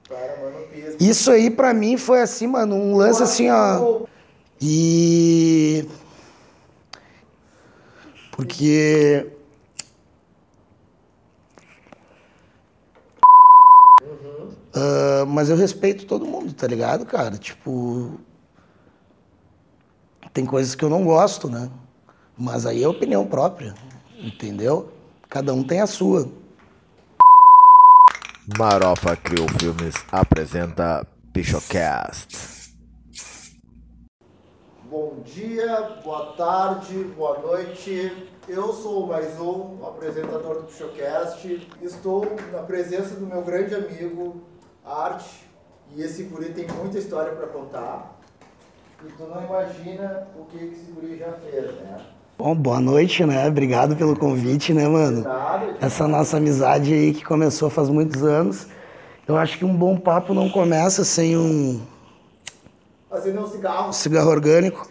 Cara, mano, isso aí pra mim foi assim, mano, um lance assim, ó. E... Porque... mas eu respeito todo mundo, tá ligado, cara? Tipo... Tem coisas que eu não gosto, né? Mas aí é opinião própria, entendeu? Cada um tem a sua. Marofa Criou Filmes apresenta Bichocast. Bom dia, boa tarde, boa noite. Eu sou mais um apresentador do Bichocast. Estou na presença do meu grande amigo, Art. E esse guri tem muita história para contar. E tu não imagina o que esse guri já fez, né? Bom, boa noite, né? Obrigado pelo convite, né, mano? Essa nossa amizade aí que começou faz muitos anos. Eu acho que um bom papo não começa sem um Fazendo um cigarro. cigarro orgânico.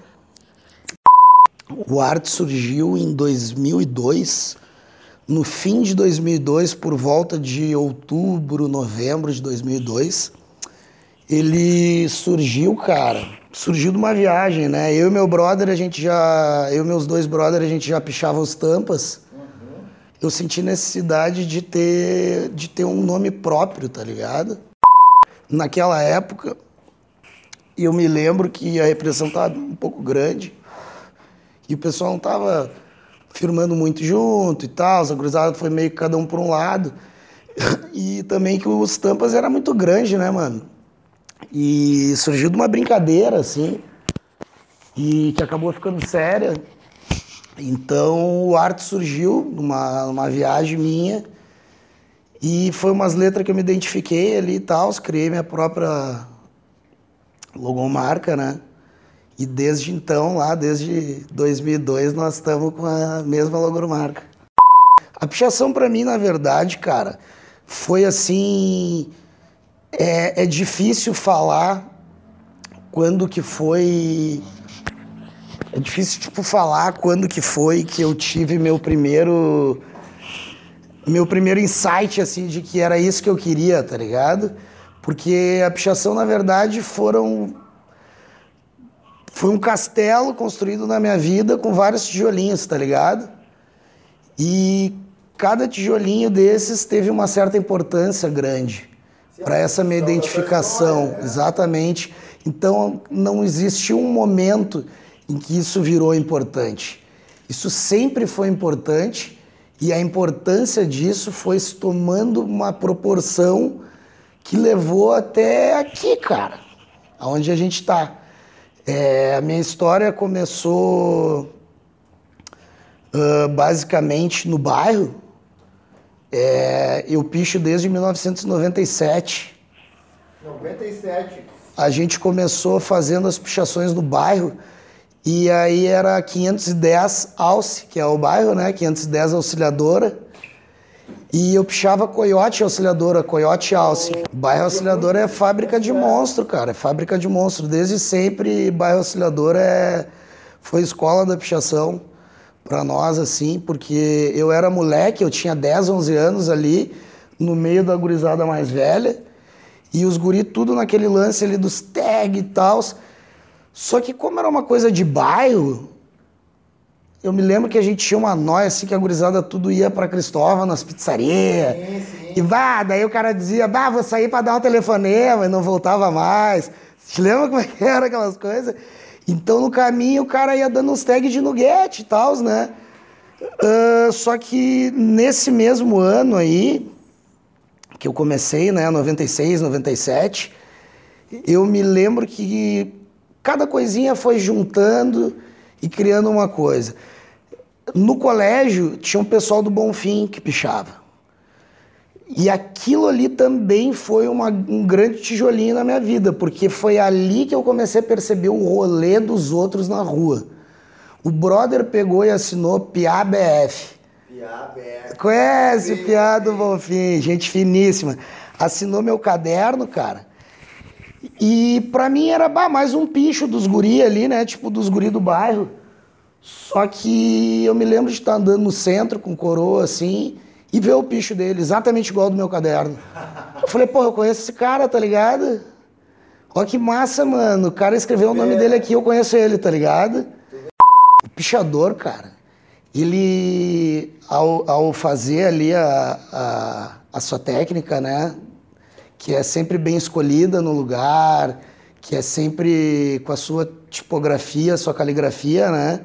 O Art surgiu em 2002, no fim de 2002, por volta de outubro, novembro de 2002. Ele surgiu, cara, surgiu de uma viagem, né? Eu e meu brother, eu e meus dois brothers, a gente já pichava os tampas. Eu senti necessidade de ter um nome próprio, tá ligado? Naquela época, eu me lembro que a repressão tava um pouco grande e o pessoal não tava firmando muito junto e tal, a gurizada foi meio que cada um por um lado. E também que os tampas era muito grande, né, mano? E surgiu de uma brincadeira, assim, e que acabou ficando séria. Então o Art surgiu numa viagem minha e foi umas letras que eu me identifiquei ali e tal, criei minha própria logomarca, né? E desde então, lá, desde 2002, nós estamos com a mesma logomarca. A pichação pra mim, na verdade, cara, foi assim... É difícil falar quando que foi... É difícil, tipo, falar quando que foi que eu tive meu primeiro insight, assim, de que era isso que eu queria, tá ligado? Porque a pichação, na verdade, foi um castelo construído na minha vida com vários tijolinhos, tá ligado? E cada tijolinho desses teve uma certa importância grande para essa minha identificação, exatamente. Então, não existiu um momento em que isso virou importante. Isso sempre foi importante e a importância disso foi se tomando uma proporção que levou até aqui, cara, aonde a gente tá. A minha história começou basicamente no bairro. Eu picho desde 1997. 97. A gente começou fazendo as pichações no bairro e aí era 510 Alce, que é o bairro, né? 510 Auxiliadora. E eu pichava Coiote Auxiliadora, Coiote Alce. Bairro Auxiliadora é fábrica de monstro, cara. É fábrica de monstro. Desde sempre, bairro Auxiliadora foi escola da pichação pra nós, assim, porque eu era moleque, eu tinha 10, 11 anos ali, no meio da gurizada mais velha, e os guri tudo naquele lance ali dos tag e tal. Só que como era uma coisa de bairro, eu me lembro que a gente tinha uma nóia, assim, que a gurizada tudo ia pra Cristóvão, nas pizzarias. Sim. E daí o cara dizia, vou sair pra dar um telefonema, e não voltava mais. Você te lembra como é que era aquelas coisas? Então, no caminho, o cara ia dando uns tags de nuguete e tal, né? Só que nesse mesmo ano aí, que eu comecei, né, 96, 97, eu me lembro que cada coisinha foi juntando e criando uma coisa. No colégio, tinha um pessoal do Bonfim que pichava. E aquilo ali também foi um grande tijolinho na minha vida, porque foi ali que eu comecei a perceber o rolê dos outros na rua. O brother pegou e assinou Piá BF. Piá BF. Conhece o Piá do Bonfim, gente finíssima. Assinou meu caderno, cara. E pra mim era mais um picho dos guri ali, né? Tipo, dos guri do bairro. Só que eu me lembro de estar andando no centro com coroa, assim, e ver o picho dele, exatamente igual ao do meu caderno. Eu Eu falei, pô, eu conheço esse cara, tá ligado? Ó que massa, mano. O cara escreveu o nome dele aqui, eu conheço ele, tá ligado? O pichador, cara, ele, ao fazer ali a sua técnica, né? Que é sempre bem escolhida no lugar, que é sempre com a sua tipografia, sua caligrafia, né?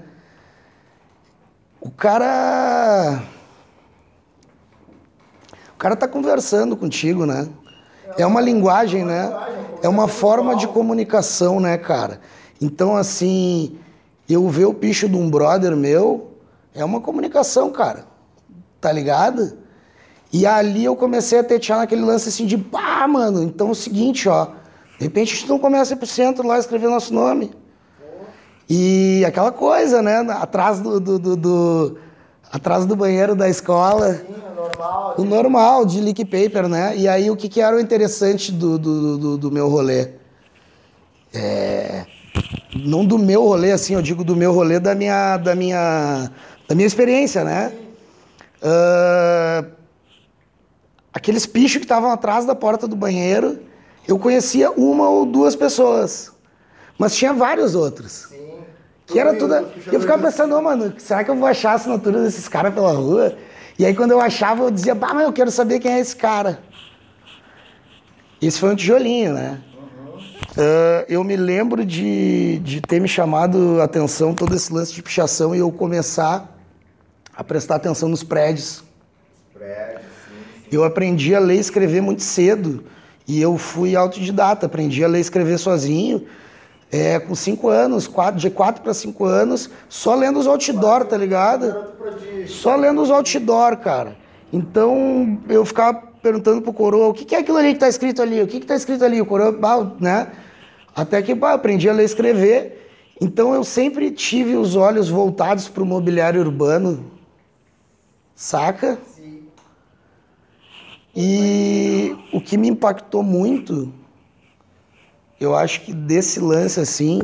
O cara tá conversando contigo, né? É uma linguagem, né? É uma forma de comunicação, né, cara? Então, assim, eu ver o picho de um brother meu é uma comunicação, cara. Tá ligado? E ali eu comecei a tetear naquele lance assim de, pá, mano, então é o seguinte, ó, de repente a gente não começa a ir pro centro lá escrever nosso nome. E aquela coisa, né, atrás atrás do banheiro da escola. Sim, é normal. O normal, de leak paper, né? E aí o que era o interessante do meu rolê? Não do meu rolê, assim, eu digo do meu rolê da minha experiência, né? Aqueles pichos que estavam atrás da porta do banheiro, eu conhecia uma ou duas pessoas, mas tinha vários outros. Sim. Que era tudo. Eu ficava pensando, mano, será que eu vou achar a assinatura desses caras pela rua? E aí quando eu achava, eu dizia, bah, mas eu quero saber quem é esse cara. Esse foi um tijolinho, né? Eu me lembro de ter me chamado a atenção todo esse lance de pichação e eu começar a prestar atenção nos prédios. Eu aprendi a ler e escrever muito cedo. E eu fui autodidata, aprendi a ler e escrever sozinho. Com 5 anos, de 4 para 5 anos, só lendo os outdoor, tá ligado? Só lendo os outdoor, cara. Então, eu ficava perguntando pro coroa, o que é aquilo ali que tá escrito ali? O que tá escrito ali? O coroa, né? Até que, aprendi a ler e escrever. Então, eu sempre tive os olhos voltados pro mobiliário urbano, saca? Sim. E o que me impactou muito, eu acho que desse lance assim,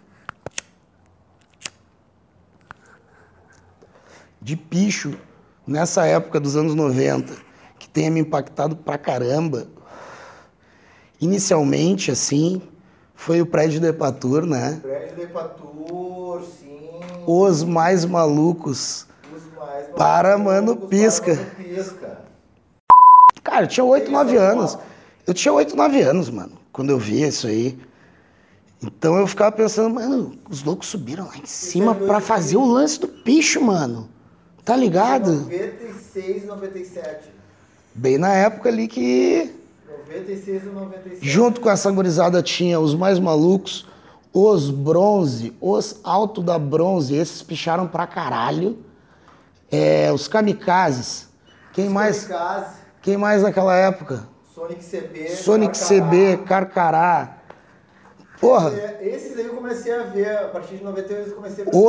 de picho, nessa época dos anos 90, que tenha me impactado pra caramba, inicialmente, assim, foi o prédio do Epatur, né? Prédio do Epatur, sim. Os mais malucos. Os mais Para, mano, pisca. Para, mano, pisca. Cara, eu tinha 8, 9 anos. Eu tinha 8, 9 anos, mano, quando eu vi isso aí. Então eu ficava pensando, mano, os loucos subiram lá em cima pra fazer o lance do picho, mano. Tá ligado? 96, 97. Bem na época ali que... 96 ou 97. Junto com essa gurizada tinha os mais malucos, os bronze, os alto da bronze. Esses picharam pra caralho. Os kamikazes. Quem mais naquela época? Sonic CB. Sonic CB, Carcará. Porra. Esses aí eu comecei a ver, a partir de 98 eu comecei a ver.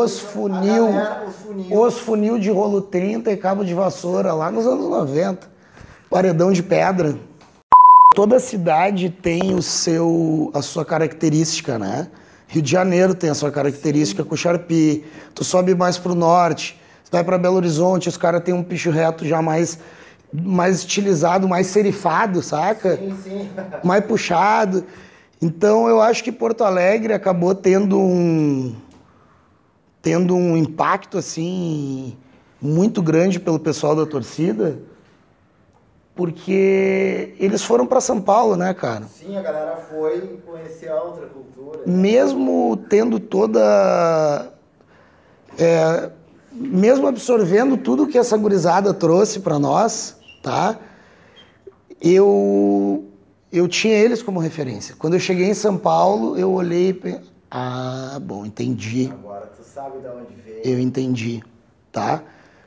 Os funil de rolo 30 e cabo de vassoura lá nos anos 90. Paredão de pedra. Toda cidade tem a sua característica, né? Rio de Janeiro tem a sua característica com o Sharpie. Tu sobe mais pro norte, tu vai pra Belo Horizonte, os caras têm um picho reto já mais estilizado, mais serifado, saca? Sim, sim. Mais puxado. Então eu acho que Porto Alegre acabou tendo um impacto assim muito grande pelo pessoal da torcida, porque eles foram para São Paulo, né, cara? Sim, a galera foi conhecer a outra cultura. Mesmo tendo mesmo absorvendo tudo que essa gurizada trouxe para nós, tá? Eu tinha eles como referência. Quando eu cheguei em São Paulo, eu olhei e pensei, bom, entendi. Agora tu sabe de onde veio. Eu entendi, tá?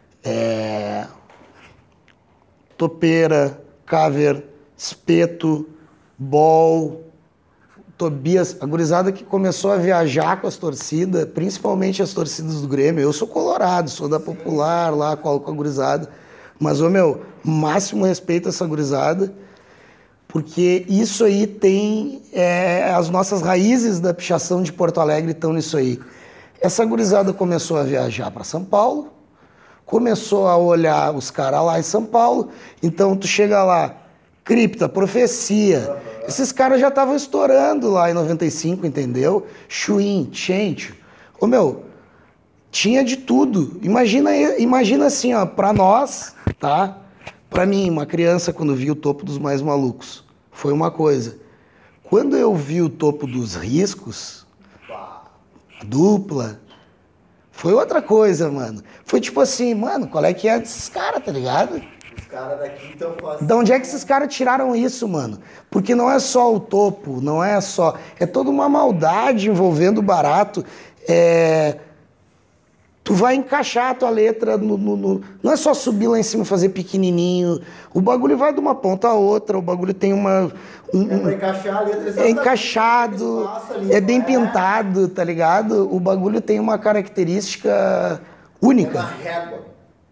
Topeira, Caver, Espeto, Bol, Tobias, a gurizada que começou a viajar com as torcidas, principalmente as torcidas do Grêmio. Eu sou colorado, sou da Popular lá com a gurizada, mas, máximo respeito a essa gurizada, porque isso aí tem... as nossas raízes da pichação de Porto Alegre estão nisso aí. Essa gurizada começou a viajar para São Paulo, começou a olhar os caras lá em São Paulo, então tu chega lá, Cripta, Profecia. Esses caras já estavam estourando lá em 95, entendeu? Chuin, Chente. Ô, meu, tinha de tudo. Imagina assim, ó, pra nós, tá? Pra mim, uma criança, quando viu o Topo dos Mais Malucos, foi uma coisa. Quando eu vi o Topo dos Riscos, dupla, foi outra coisa, mano. Foi tipo assim, mano, qual é que é desses caras, tá ligado? Os caras daqui estão fazendo... Da onde é que esses caras tiraram isso, mano? Porque não é só o Topo, não é só... É toda uma maldade envolvendo o barato. Tu vai encaixar a tua letra não é só subir lá em cima e fazer pequenininho. O bagulho vai de uma ponta a outra, o bagulho tem uma... pra encaixar a letra é encaixado, ali, é bem pintado, tá ligado? O bagulho tem uma característica única. É uma régua.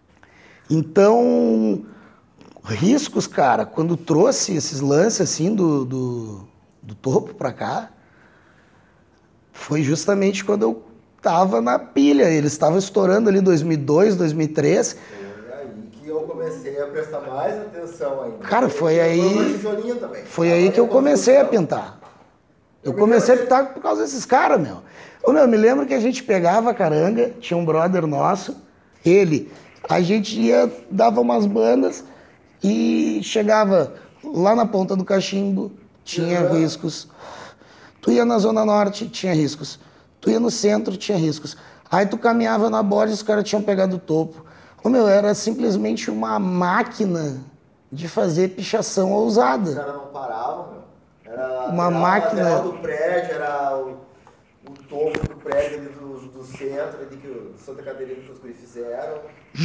Então, Riscos, cara, quando trouxe esses lances assim do Topo pra cá, foi justamente quando eu tava na pilha. Eles estavam estourando ali 2002, 2003. Foi aí que eu comecei a prestar mais atenção ainda. Cara, foi aí também. foi aí que eu comecei a pintar. Eu comecei a pintar por causa desses caras, meu. Ô, meu, me lembro que a gente pegava a caranga, tinha um brother nosso, a gente ia, dava umas bandas e chegava lá na ponta do cachimbo, tinha Riscos. Tu ia na Zona Norte, tinha Riscos. Tu ia no centro, tinha Riscos. Aí tu caminhava na borda e os caras tinham pegado o Topo. Ô, meu, era simplesmente uma máquina de fazer pichação ousada. Os caras não paravam, meu. Era uma máquina. A lateral do prédio, era o topo do prédio ali do centro, ali que o Santa Catarina que os guris fizeram.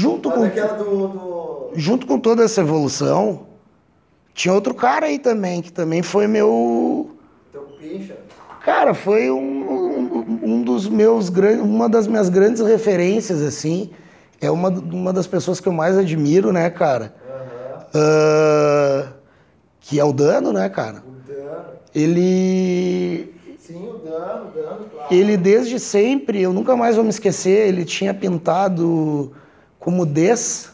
Junto com toda essa evolução, tinha outro cara aí também, que também foi meu... Teu pincha. Cara, foi um dos meus grandes, uma das minhas grandes referências, assim. É uma das pessoas que eu mais admiro, né, cara? Que é o Dano, né, cara? O Dano. Ele... Sim, o Dano, claro. Ele desde sempre, eu nunca mais vou me esquecer, ele tinha pintado como Des.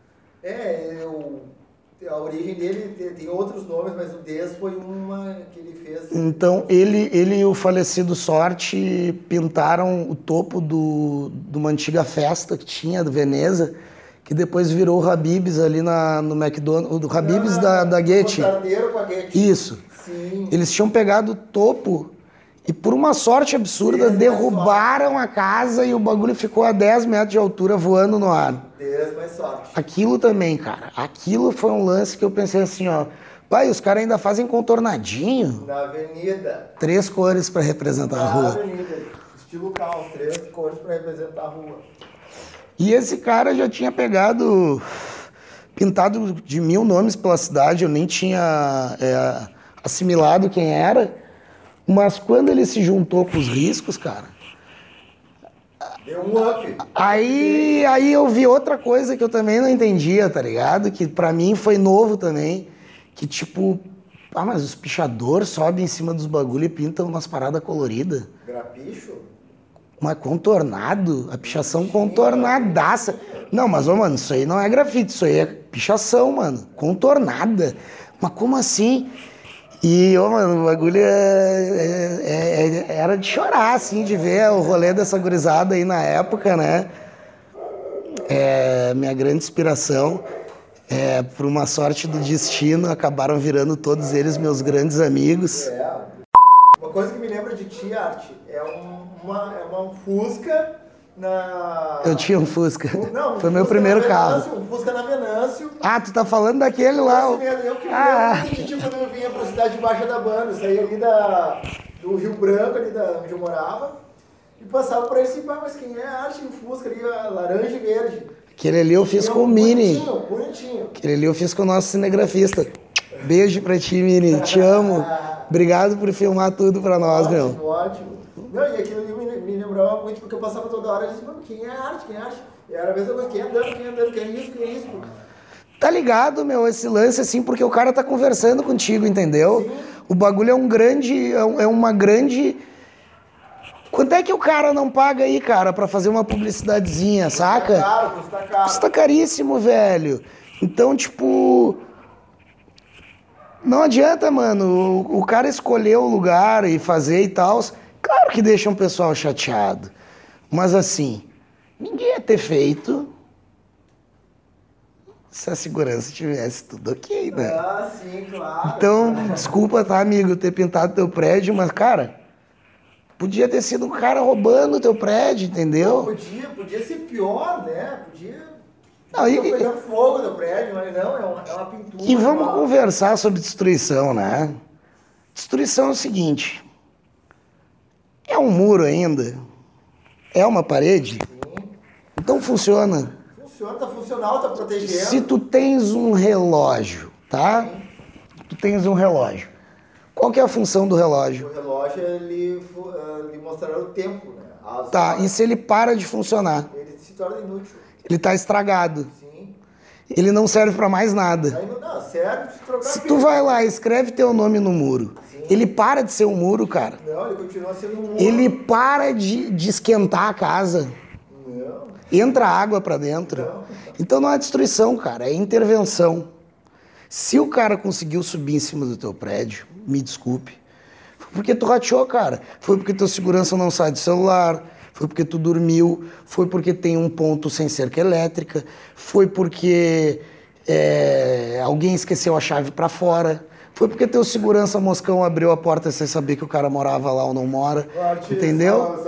A origem dele tem outros nomes, mas o Des foi uma que ele fez. Então, ele e o falecido Sorte pintaram o topo de uma antiga festa que tinha, do Veneza, que depois virou o Habib's ali no McDonald's, o Habib's da Getty. Com a Getty. Isso. Sim. Eles tinham pegado o topo e, por uma sorte absurda, derrubaram a casa e o bagulho ficou a 10 metros de altura voando no ar. Deus mais sorte. Aquilo também, cara. Aquilo foi um lance que eu pensei assim, ó. Pai, os caras ainda fazem contornadinho. Na avenida. 3 cores pra representar a rua. Na avenida. Estilo caos, 3 cores pra representar a rua. E esse cara já tinha pintado de 1000 nomes pela cidade. Eu nem tinha assimilado quem era. Mas quando ele se juntou com os Riscos, cara... Deu um up. Aí eu vi outra coisa que eu também não entendia, tá ligado? Que pra mim foi novo também. Que tipo... mas os pichadores sobem em cima dos bagulho e pintam umas paradas coloridas. Grapicho? Mas contornado? A pichação contornadaça. Não, mas, ô, mano, isso aí não é grafite. Isso aí é pichação, mano. Contornada. Mas como assim? E, ô, mano, o bagulho era de chorar, assim, de ver o rolê dessa gurizada aí na época, né? Minha grande inspiração. Por uma sorte do destino, acabaram virando todos eles meus grandes amigos. Uma coisa que me lembra de ti, Arte, é uma Fusca na... Eu tinha um Fusca. Não, foi meu primeiro carro. Um Fusca na Venâncio. Ah, tu tá falando daquele lá? Eu que me lembro de ti quando eu vinha pra cidade de Baixa da Banda. Eu saía ali do Rio Branco, ali onde eu morava, e passava por aí assim, mas quem é Arte? Um Fusca ali, laranja e verde. Aquele ali eu fiz com o Mini. Bonitinho. Aquele ali eu fiz com o nosso cinegrafista. Beijo pra ti, Mini. Te amo. Obrigado por filmar tudo pra nós, meu. Ótimo. Não, e aquilo ali me lembrava muito, porque eu passava toda hora e disse, quem é Arte? E era a mesma coisa, quem é Dano, quem é isso? Tá ligado, meu, esse lance assim, porque o cara tá conversando contigo, entendeu? Sim. O bagulho é uma grande... Quanto é que o cara não paga aí, cara, pra fazer uma publicidadezinha, saca? Custa caro. Custa caríssimo, velho. Então, tipo... Não adianta, mano. O cara escolher o lugar e fazer e tal. Claro que deixa um pessoal chateado. Mas assim, ninguém ia ter feito se a segurança tivesse tudo ok, né? Ah, sim, claro. Então, desculpa, tá, amigo, ter pintado teu prédio, mas, cara, podia ter sido um cara roubando teu prédio, entendeu? Podia ser pior, né? Podia Não, e, pegando fogo no prédio, mas não, é uma pintura. e vamos conversar sobre destruição, né? Destruição é o seguinte: é um muro ainda? É uma parede? Sim. Então funciona. Funciona, tá funcional, tá protegendo. Se tu tens um relógio, tá? Tu tens um relógio. Qual que é a função do relógio? O relógio, ele mostrará o tempo, né? Tá, e se ele para de funcionar? Ele se torna inútil. Ele tá estragado. Sim. Ele não serve pra mais nada. Aí não, serve se trocar Se a tu pilha. vai lá e escreve teu nome no muro, ele para de ser um muro, cara. Não, ele continua sendo um muro. Ele para de esquentar a casa. Não. Entra água pra dentro. Então não é destruição, cara, é intervenção. Se o cara conseguiu subir em cima do teu prédio, me desculpe, foi porque tu rateou, cara. Foi porque teu segurança não sai do celular, foi porque tu dormiu, foi porque tem um ponto sem cerca elétrica, foi porque alguém esqueceu a chave pra fora, foi porque teu segurança moscão abriu a porta sem saber que o cara morava lá ou não mora, entendeu?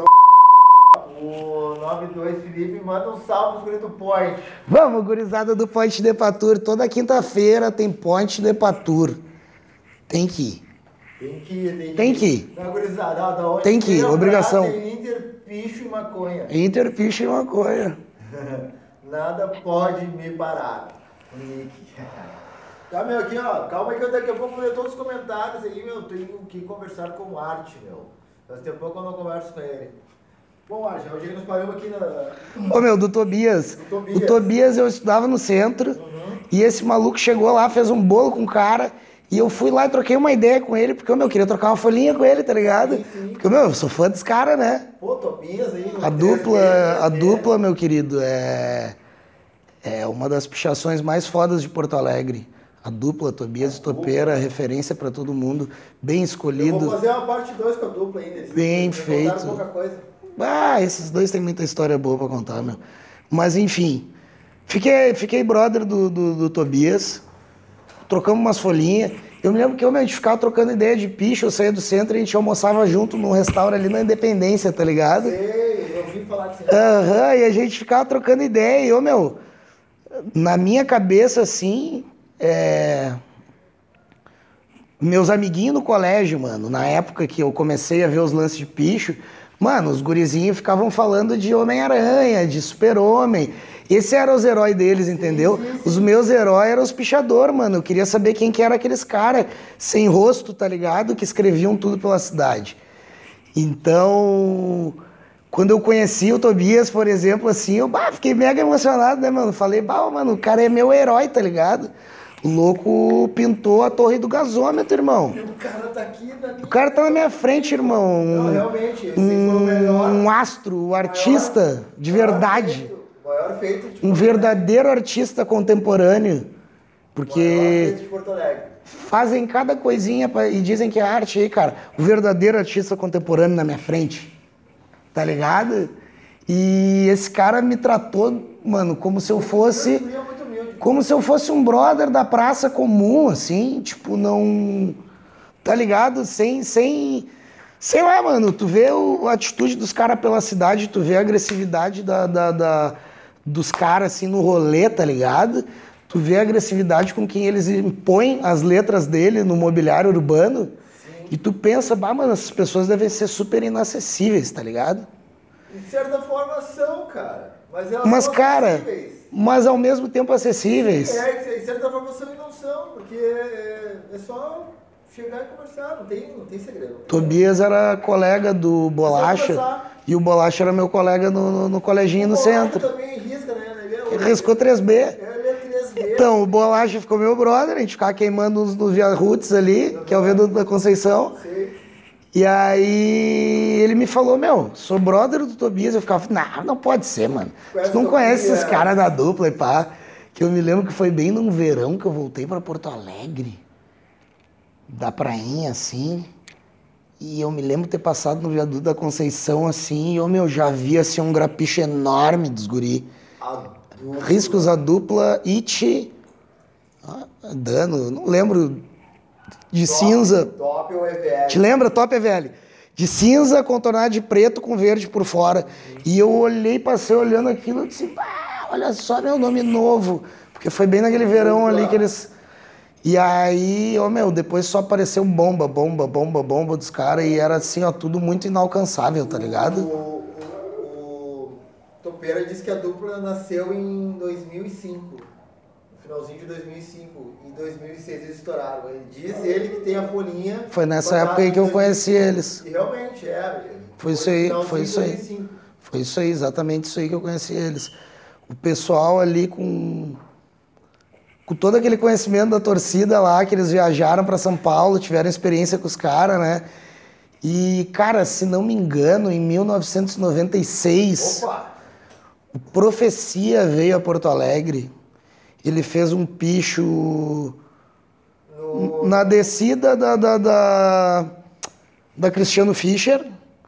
O 92 Felipe manda um salve pro Grito Point. Vamos, gurizada do Point de Patur. Toda quinta-feira tem Point de Patur. Tem que ir. Tem que ir. Tem Não, gurizada, da onde Tem que ir, tem obrigação. Tem Inter, Picho e Maconha. Inter, picha e maconha. Nada pode me parar. Nick. Tá, meu, aqui, ó. Calma aí que eu daqui a pouco vou ler todos os comentários aí, meu. Tenho que conversar com o Arte, meu. Faz tempo que eu não converso com ele. Bom, Arte, hoje ele nos paramos aqui na... Ô, meu, do Tobias. Tobias. O Tobias eu estudava no centro e esse maluco chegou lá, fez um bolo com o cara e eu fui lá e troquei uma ideia com ele, porque, meu, eu queria trocar uma folhinha com ele, tá ligado? Sim. Porque, meu, eu sou fã desse cara, né? Pô, Tobias aí. A dupla, meu querido, é uma das pichações mais fodas de Porto Alegre. A dupla, Tobias e Topeira, referência pra todo mundo, bem Eu escolhido. vou fazer uma parte 2 com a dupla ainda. Bem Eles feito. contaram pouca coisa. Ah, esses dois têm muita história boa pra contar, meu. Mas, enfim, fiquei brother do Tobias, trocamos umas folhinhas. Eu me lembro que a gente ficava trocando ideia de picho, eu saía do centro e a gente almoçava junto num restaurante ali na Independência, tá ligado? Sei, eu ouvi falar disso. Aham, e a gente ficava trocando ideia. E, meu, na minha cabeça, assim, meus amiguinhos no colégio, mano, na época que eu comecei a ver os lances de picho, mano, os gurizinhos ficavam falando de Homem-Aranha, de Super-Homem. Esse eram os heróis deles, entendeu? Sim. Os meus heróis eram os pichadores, mano. Eu queria saber quem que era aqueles caras sem rosto, tá ligado? Que escreviam tudo pela cidade. Então, quando eu conheci o Tobias, por exemplo, assim, eu fiquei mega emocionado, né, mano? Falei, mano, o cara é meu herói, tá ligado? O louco pintou a torre do gasômetro, irmão. O cara tá aqui na minha... O cara tá na minha frente, irmão. Não, realmente, esse foi o melhor. Um astro, um artista de verdade. Maior feito de Um verdadeiro artista contemporâneo. Maior Porque feito de Porto Alegre. fazem cada coisinha e dizem que é arte aí, cara. O verdadeiro artista contemporâneo na minha frente. Tá ligado? E esse cara me tratou, mano, como se eu fosse... É muito humilde. Como se eu fosse um brother da praça comum, assim, tipo, não... Tá ligado? Sei lá, mano, tu vê a atitude dos caras pela cidade, tu vê a agressividade dos caras, assim, no rolê, tá ligado? Tu vê a agressividade com quem eles impõem as letras dele no mobiliário urbano. Sim. E tu pensa, mano, essas pessoas devem ser super inacessíveis, tá ligado? De certa forma são, cara. Mas elas Mas, são cara, acessíveis. mas ao mesmo tempo acessíveis. De certa forma são e não são, porque é só chegar e conversar, não tem segredo. Tobias era colega do Bolacha conversar. e o Bolacha era meu colega no coleginho no O Bolacha centro. também risca, né? Ele riscou 3B. Ele é 3B. Então, o Bolacha ficou meu brother, a gente ficava queimando no Via Roots ali, que é o viaduto da Conceição. Sei. E aí ele me falou, meu, sou brother do Tobias. Eu ficava, não pode ser, mano. Conhece Tu não o conhece Tobias? esses caras da dupla e pá. Que eu me lembro que foi bem num verão que eu voltei pra Porto Alegre. da prainha, assim. E eu me lembro ter passado no viaduto da Conceição, assim, e eu já vi, assim, um grapiche enorme dos guri. Riscos a dupla, It, Dano, não lembro, de cinza. Top ou EVL? Te lembra? Top EVL. De cinza, contornado de preto com verde por fora. E eu olhei, passei olhando aquilo e disse, olha só meu nome novo. Porque foi bem naquele verão ali que eles... E aí, depois só apareceu bomba dos caras e era assim, ó, tudo muito inalcançável, tá ligado? O Topeira disse que a dupla nasceu em 2005, no finalzinho de 2005. Em 2006 eles estouraram. Diz ele que tem a folhinha... Foi nessa época aí que eu conheci eles. E realmente era. Foi isso aí. Foi isso aí, exatamente isso aí que eu conheci eles. O pessoal ali com todo aquele conhecimento da torcida lá, que eles viajaram para São Paulo, tiveram experiência com os caras, né? E, cara, se não me engano, em 1996, o Profecia veio a Porto Alegre. Ele fez um picho na descida da Cristiano Fischer.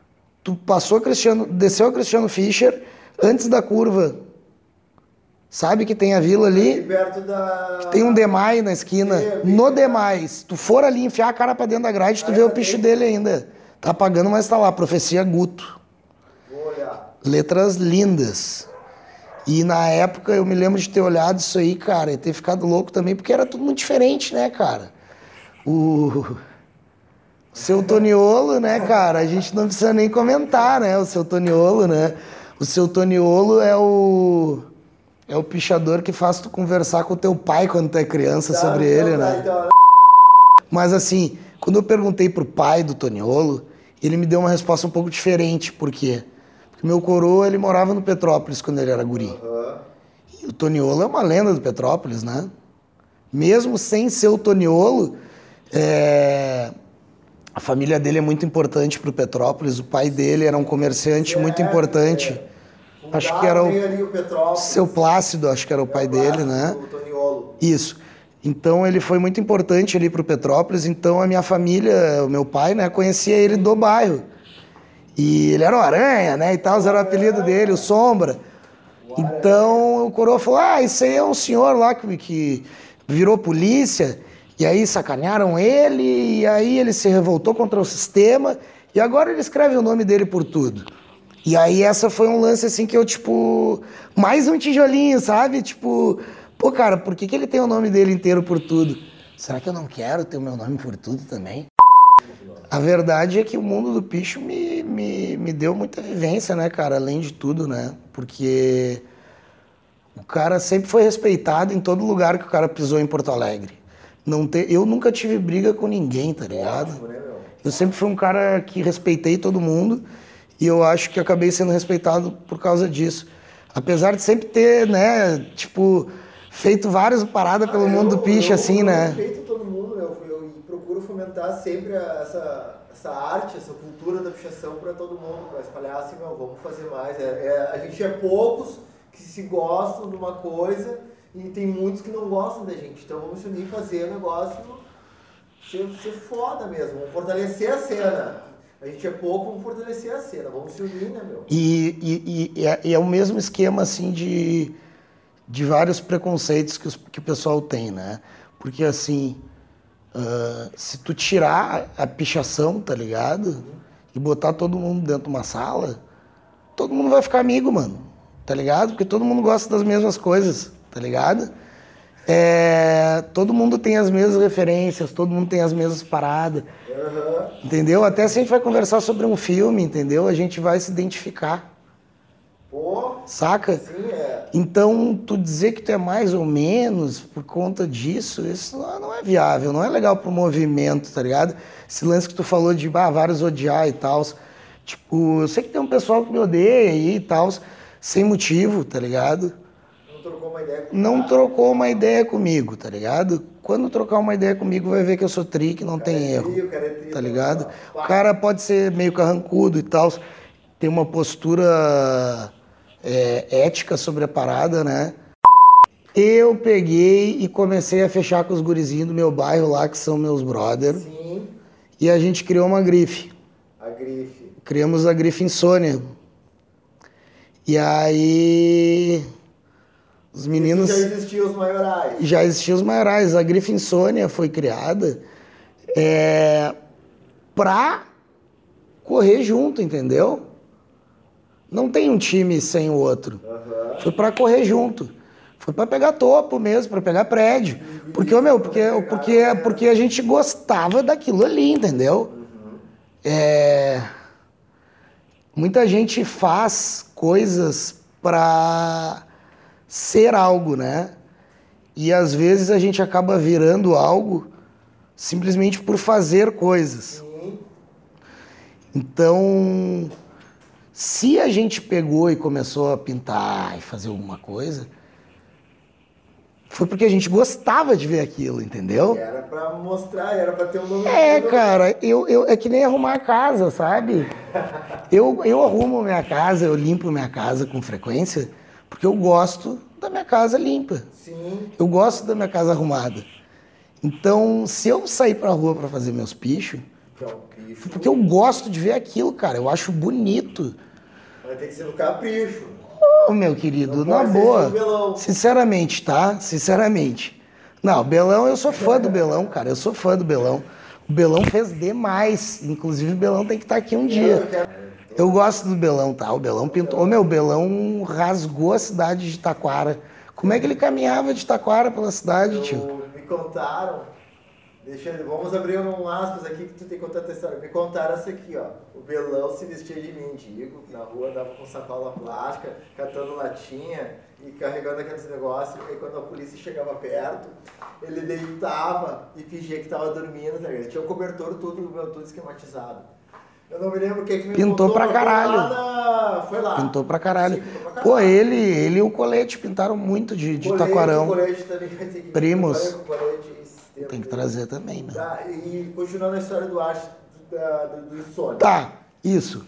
Desceu a Cristiano Fischer antes da curva. Sabe que tem a vila ali? Aqui perto da... Tem um Demai na esquina. No Demai. Se tu for ali enfiar a cara pra dentro da grade, tu vê o picho dele ainda. Tá apagando, mas tá lá. Profecia Guto. Vou olhar. Letras lindas. E na época eu me lembro de ter olhado isso aí, cara, e ter ficado louco também, porque era tudo muito diferente, né, cara? O Seu Toniolo, né, cara? A gente não precisa nem comentar, né? O Seu Toniolo, né? O Seu Toniolo é o pichador que faz tu conversar com o teu pai quando tu é criança sobre ele, né? Então. Mas assim, quando eu perguntei pro pai do Toniolo, ele me deu uma resposta um pouco diferente. Por quê? Porque meu coroa, ele morava no Petrópolis quando ele era guri. E o Toniolo é uma lenda do Petrópolis, né? Mesmo sem ser o Toniolo, a família dele é muito importante pro Petrópolis. O pai dele era um comerciante muito importante. Acho que era o Seu Plácido, acho que era o pai dele, né? O Toniolo. Isso. Então ele foi muito importante ali pro Petrópolis. Então a minha família, o meu pai, né, conhecia ele do bairro. E ele era o Aranha, né, e tal, era o apelido dele, o Sombra. Então o coroa falou, esse aí é um senhor lá que virou polícia, e aí sacanearam ele, e aí ele se revoltou contra o sistema, e agora ele escreve o nome dele por tudo. E aí essa foi um lance assim que eu, tipo, mais um tijolinho, sabe? Tipo, pô, cara, por que ele tem o nome dele inteiro por tudo? Será que eu não quero ter o meu nome por tudo também? A verdade é que o mundo do picho me deu muita vivência, né, cara? Além de tudo, né? Porque o cara sempre foi respeitado em todo lugar que o cara pisou em Porto Alegre. Eu nunca tive briga com ninguém, tá ligado? Eu sempre fui um cara que respeitei todo mundo. E eu acho que acabei sendo respeitado por causa disso. Apesar de sempre ter, né, tipo, feito várias paradas pelo mundo do piche, assim, né? Eu respeito todo mundo, eu procuro fomentar sempre essa arte, essa cultura da pichação para todo mundo, para espalhar assim, vamos fazer mais. A gente é poucos que se gostam de uma coisa e tem muitos que não gostam da gente. Então vamos se unir e fazer o negócio ser foda mesmo, vamos fortalecer a cena. A gente é pouco, vamos fortalecer a cena, vamos se unir, né, meu? E é o mesmo esquema, assim, de vários preconceitos que o pessoal tem, né? Porque, assim, se tu tirar a pichação, tá ligado? E botar todo mundo dentro de uma sala, todo mundo vai ficar amigo, mano, tá ligado? Porque todo mundo gosta das mesmas coisas, tá ligado? Todo mundo tem as mesmas referências, todo mundo tem as mesmas paradas. Entendeu? Até se a gente vai conversar sobre um filme, entendeu? A gente vai se identificar. Pô, saca? Sim, Então, tu dizer que tu é mais ou menos por conta disso, isso não é viável, não é legal pro movimento, tá ligado? Esse lance que tu falou de vários odiar e tal. Tipo, eu sei que tem um pessoal que me odeia aí e tal, sem motivo, tá ligado? Não trocou uma ideia comigo, tá ligado? Quando trocar uma ideia comigo, vai ver que eu sou tri, que não tem erro, tá ligado? O cara pode ser meio carrancudo e tal, tem uma postura ética sobre a parada, né? Eu peguei e comecei a fechar com os gurizinhos do meu bairro lá, que são meus brother. Sim. e a gente criou uma grife. A grife. Criamos a grife Insônia. E aí os meninos... Isso já existiam os maiorais. Já existiam os maiorais. A grife Insônia foi criada pra correr junto, entendeu? Não tem um time sem o outro. Aham. Foi pra correr junto. Foi pra pegar topo mesmo, pra pegar prédio. Porque, porque a gente gostava daquilo ali, entendeu? Muita gente faz coisas pra ser algo, né? E às vezes a gente acaba virando algo simplesmente por fazer coisas. Sim. Então, se a gente pegou e começou a pintar e fazer alguma coisa, foi porque a gente gostava de ver aquilo, entendeu? Era pra mostrar, era pra ter um nome. Cara, é que nem arrumar a casa, sabe? Eu arrumo minha casa, eu limpo minha casa com frequência, porque eu gosto da minha casa limpa. Sim. Eu gosto da minha casa arrumada. Então, se eu sair pra rua pra fazer meus pichos, Então, bicho. porque eu gosto de ver aquilo, cara. Eu acho bonito. Vai ter que ser no capricho. Ô, meu querido, Não na pode ser boa. estilo Belão. Sinceramente, tá? Sinceramente. Não, Belão, eu sou fã do Belão, cara. Eu sou fã do Belão. O Belão fez demais. Inclusive, o Belão tem que estar aqui um dia. Eu gosto do Belão, tá? O Belão pintou. Ô, meu, o Belão rasgou a cidade de Taquara. Como é que ele caminhava de Taquara pela cidade, tio? Me contaram, vamos abrir um aspas aqui que tu tem que contar a história. Me contaram essa aqui, ó. O Belão se vestia de mendigo, na rua andava com sacola plástica, catando latinha e carregando aqueles negócios. E aí quando a polícia chegava perto, ele deitava e fingia que tava dormindo, tá ligado? Tinha o cobertor tudo esquematizado. Eu não me lembro quem que me Pintou contou, pra mas caralho. Foi lá. Pintou pra caralho. Sim, pintou pra caralho. Pô, ele e o Colete pintaram muito de Taquarão. O colete também vai ter que... Primos. O colete, esse Tem que tempo. trazer também, né? Tá, e continuando a história do arte do Insônia. Tá, isso.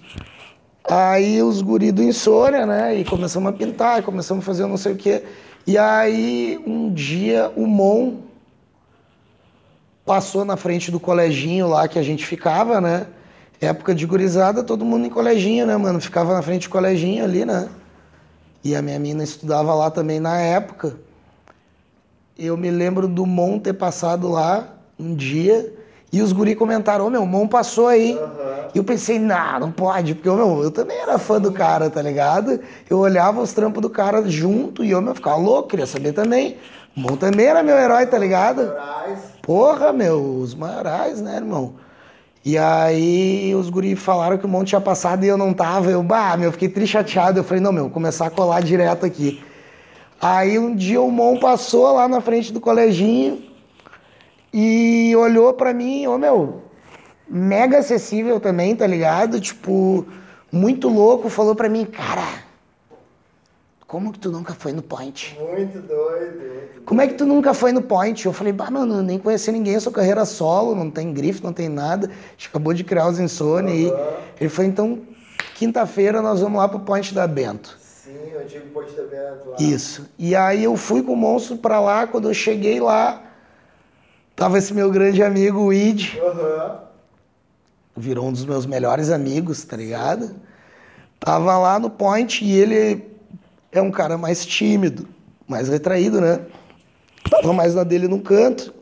Aí os guri do Insônia, né? E começamos a pintar, e começamos a fazer não sei o quê. E aí, um dia, o Mon passou na frente do coleginho lá que a gente ficava, né? Época de gurizada, todo mundo em coleginho, né, mano? Ficava na frente do coleginho ali, né? E a minha mina estudava lá também na época. Eu me lembro do Mon ter passado lá um dia e os guri comentaram, ô meu, o Mon passou aí. E eu pensei, não pode, porque eu também era fã do cara, tá ligado? Eu olhava os trampos do cara junto e eu ficava louco, queria saber também. O Mon também era meu herói, tá ligado? Moraes. Porra, meu, os maiorais, né, irmão? E aí os guri falaram que o Mon tinha passado e eu não tava. Eu fiquei triste chateado. Eu falei, não, meu, vou começar a colar direto aqui. Aí um dia o Mon passou lá na frente do coleginho e olhou pra mim, mega acessível também, tá ligado? Tipo, muito louco, falou pra mim, cara, como que tu nunca foi no Point? Muito doido. Como é que tu nunca foi no Point? Eu falei, mano, eu nem conheci ninguém, eu sou carreira solo, não tem grife, não tem nada. A gente acabou de criar os Insônia aí. Ele falou, então, quinta-feira nós vamos lá pro Point da Bento. Sim, o antigo Ponte da Bento lá. Isso. E aí eu fui com o monstro pra lá, quando eu cheguei lá, tava esse meu grande amigo, o Id. Virou um dos meus melhores amigos, tá ligado? Tava lá no Point e ele é um cara mais tímido, mais retraído, né? Tava mais na dele num canto,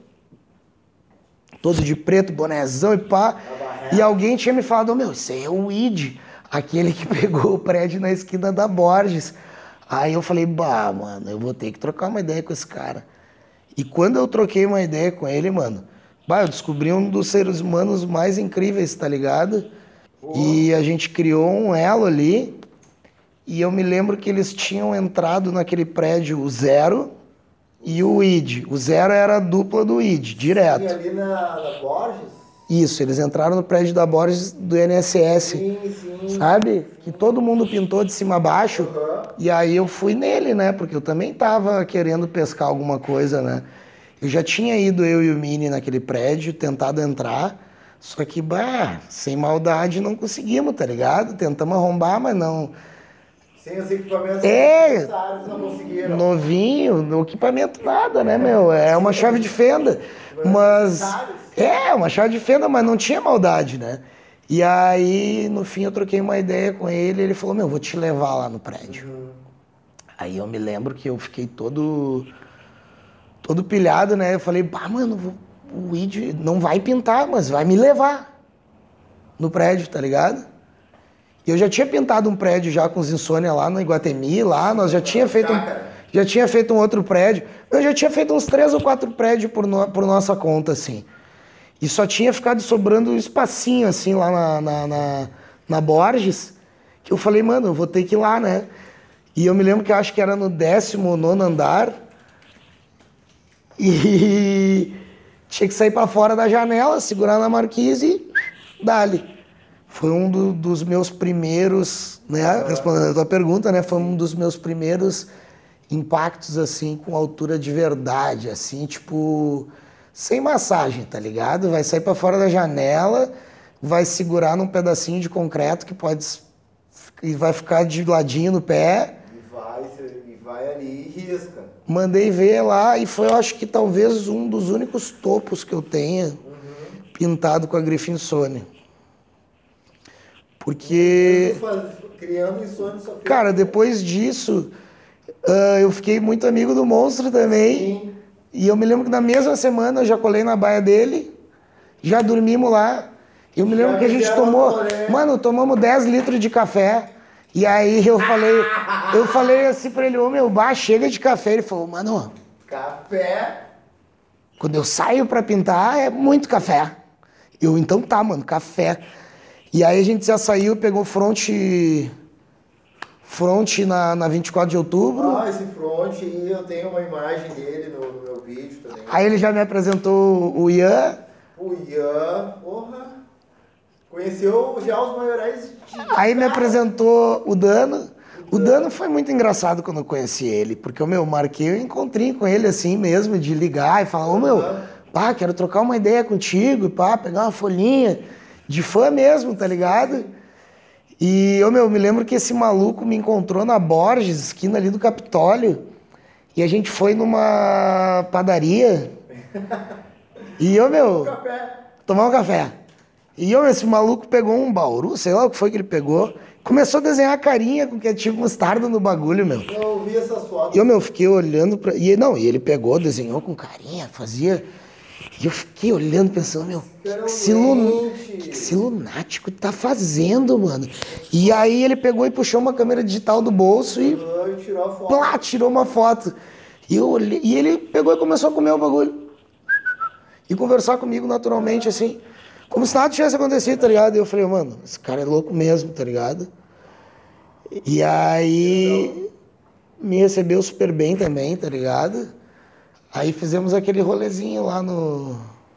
todo de preto, bonézão e pá. E alguém tinha me falado, esse aí é o Id, aquele que pegou o prédio na esquina da Borges. Aí eu falei, mano, eu vou ter que trocar uma ideia com esse cara. E quando eu troquei uma ideia com ele, mano, eu descobri um dos seres humanos mais incríveis, tá ligado? E a gente criou um elo ali. E eu me lembro que eles tinham entrado naquele prédio, o Zero e o Id. O Zero era a dupla do Id, direto. E ali na Borges? Isso, eles entraram no prédio da Borges do INSS. Sim. Sabe? Que todo mundo pintou de cima a baixo. E aí eu fui nele, né? Porque eu também tava querendo pescar alguma coisa, né? Eu já tinha ido, eu e o Mini, naquele prédio, tentado entrar. Só que, sem maldade não conseguimos, tá ligado? Tentamos arrombar, mas não... Sem os equipamentos necessários, não conseguiram. Novinho, no equipamento nada, né, meu? É uma chave de fenda. Mas É, uma chave de fenda, mas não tinha maldade, né? E aí, no fim, eu troquei uma ideia com ele, ele falou, vou te levar lá no prédio. Aí eu me lembro que eu fiquei todo pilhado, né? Eu falei, mano, o Id não vai pintar, mas vai me levar no prédio, tá ligado? E eu já tinha pintado um prédio já com os Insônia lá no Iguatemi, lá, nós já tinha feito um outro prédio. Eu já tinha feito uns 3 ou 4 prédios por nossa conta, assim. E só tinha ficado sobrando um espacinho, assim, lá na Borges, que eu falei, mano, eu vou ter que ir lá, né? E eu me lembro que eu acho que era no 19º andar e tinha que sair para fora da janela, segurar na marquise e dali. Foi um dos meus primeiros, né, respondendo a tua pergunta, né, foi um dos meus primeiros impactos, assim, com altura de verdade, assim, tipo, sem massagem, tá ligado? Vai sair para fora da janela, vai segurar num pedacinho de concreto que e vai ficar de ladinho no pé. E vai ali e risca. Mandei ver lá e foi, eu acho que talvez um dos únicos topos que eu tenha pintado com a grife Insônia. Porque... Criando Insônia só fez... Cara, depois disso, eu fiquei muito amigo do Monstro também. Sim. E eu me lembro que na mesma semana eu já colei na baia dele, já dormimos lá. Eu me lembro que a gente tomamos 10 litros de café. E aí eu falei assim pra ele, chega de café. Ele falou, mano... Café? Quando eu saio pra pintar, é muito café. Então tá, mano, café. E aí a gente já saiu, pegou front na 24 de outubro. Esse front, e eu tenho uma imagem dele no meu vídeo também. Aí ele já me apresentou o Ian. O Ian, porra... Conheceu já os maiorais Aí me apresentou o Dano. O Dano foi muito engraçado quando eu conheci ele, porque eu marquei um encontrinho com ele assim mesmo, de ligar e falar, quero trocar uma ideia contigo, e pegar uma folhinha de fã mesmo, tá ligado? E eu me lembro que esse maluco me encontrou na Borges, esquina ali do Capitólio, e a gente foi numa padaria. E tomar um café. E esse maluco pegou um bauru, sei lá o que foi que ele pegou, começou a desenhar a carinha com ketchup mostarda no bagulho, Eu vi essas fotos. E eu fiquei olhando pra... E ele pegou, desenhou com carinha, fazia... E eu fiquei olhando, pensando, que esse lunático tá fazendo, mano? E aí ele pegou e puxou uma câmera digital do bolso e tirou a foto. Tirou uma foto. E eu olhei, e ele pegou e começou a comer o bagulho. E conversar comigo naturalmente, assim... Como se nada tivesse acontecido, tá ligado? E eu falei, mano, esse cara é louco mesmo, tá ligado? E aí me recebeu super bem também, tá ligado? Aí fizemos aquele rolezinho lá no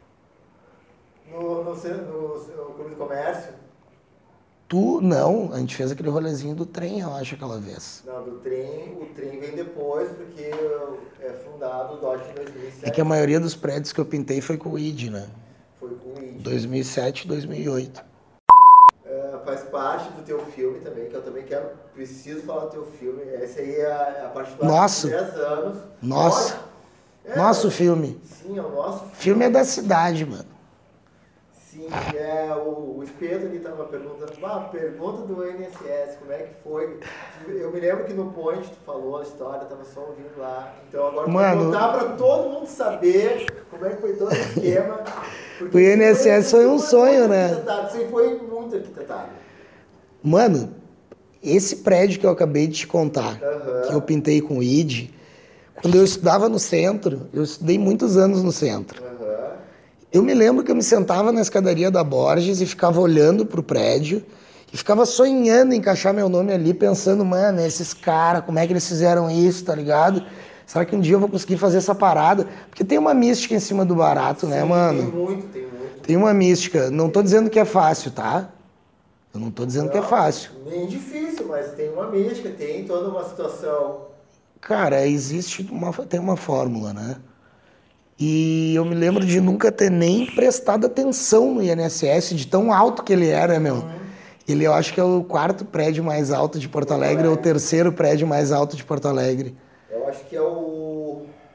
Clube do Comércio? Não, a gente fez aquele rolezinho do trem, eu acho, aquela vez. Não, o trem vem depois, porque é fundado o DOT em 2007. É que a maioria dos prédios que eu pintei foi com o ID, né? Foi com o ID. 2007, 2008. Faz parte do teu filme também, que eu também preciso falar do teu filme. Essa aí é a particular de 10 anos. Nosso filme. Sim, é o nosso filme. O filme é da cidade, mano. Sim, o Espeto ali estava perguntando, pergunta do INSS, como é que foi? Eu me lembro que no Point tu falou a história, tava só ouvindo lá. Então agora tu vai contar para todo mundo saber como é que foi todo o esquema. O INSS foi um sonho, né? Sim, foi muito arquitetado. Mano, esse prédio que eu acabei de te contar, que eu pintei com o ID, quando eu estudava no centro, eu estudei muitos anos no centro. Eu me lembro que eu me sentava na escadaria da Borges e ficava olhando pro prédio e ficava sonhando em encaixar meu nome ali, pensando, mano, esses caras, como é que eles fizeram isso, tá ligado? Será que um dia eu vou conseguir fazer essa parada? Porque tem uma mística em cima do barato, né, mano? Tem muito. Tem uma mística. Não tô dizendo que é fácil, tá? Eu não tô dizendo que é fácil. Nem difícil, mas tem uma mística, tem toda uma situação. Cara, tem uma fórmula, né? E eu me lembro de nunca ter nem prestado atenção no INSS, de tão alto que ele era, meu. Ele, eu acho que é o 4º prédio mais alto de Porto Alegre, ou o 3º prédio mais alto de Porto Alegre. Eu acho que é o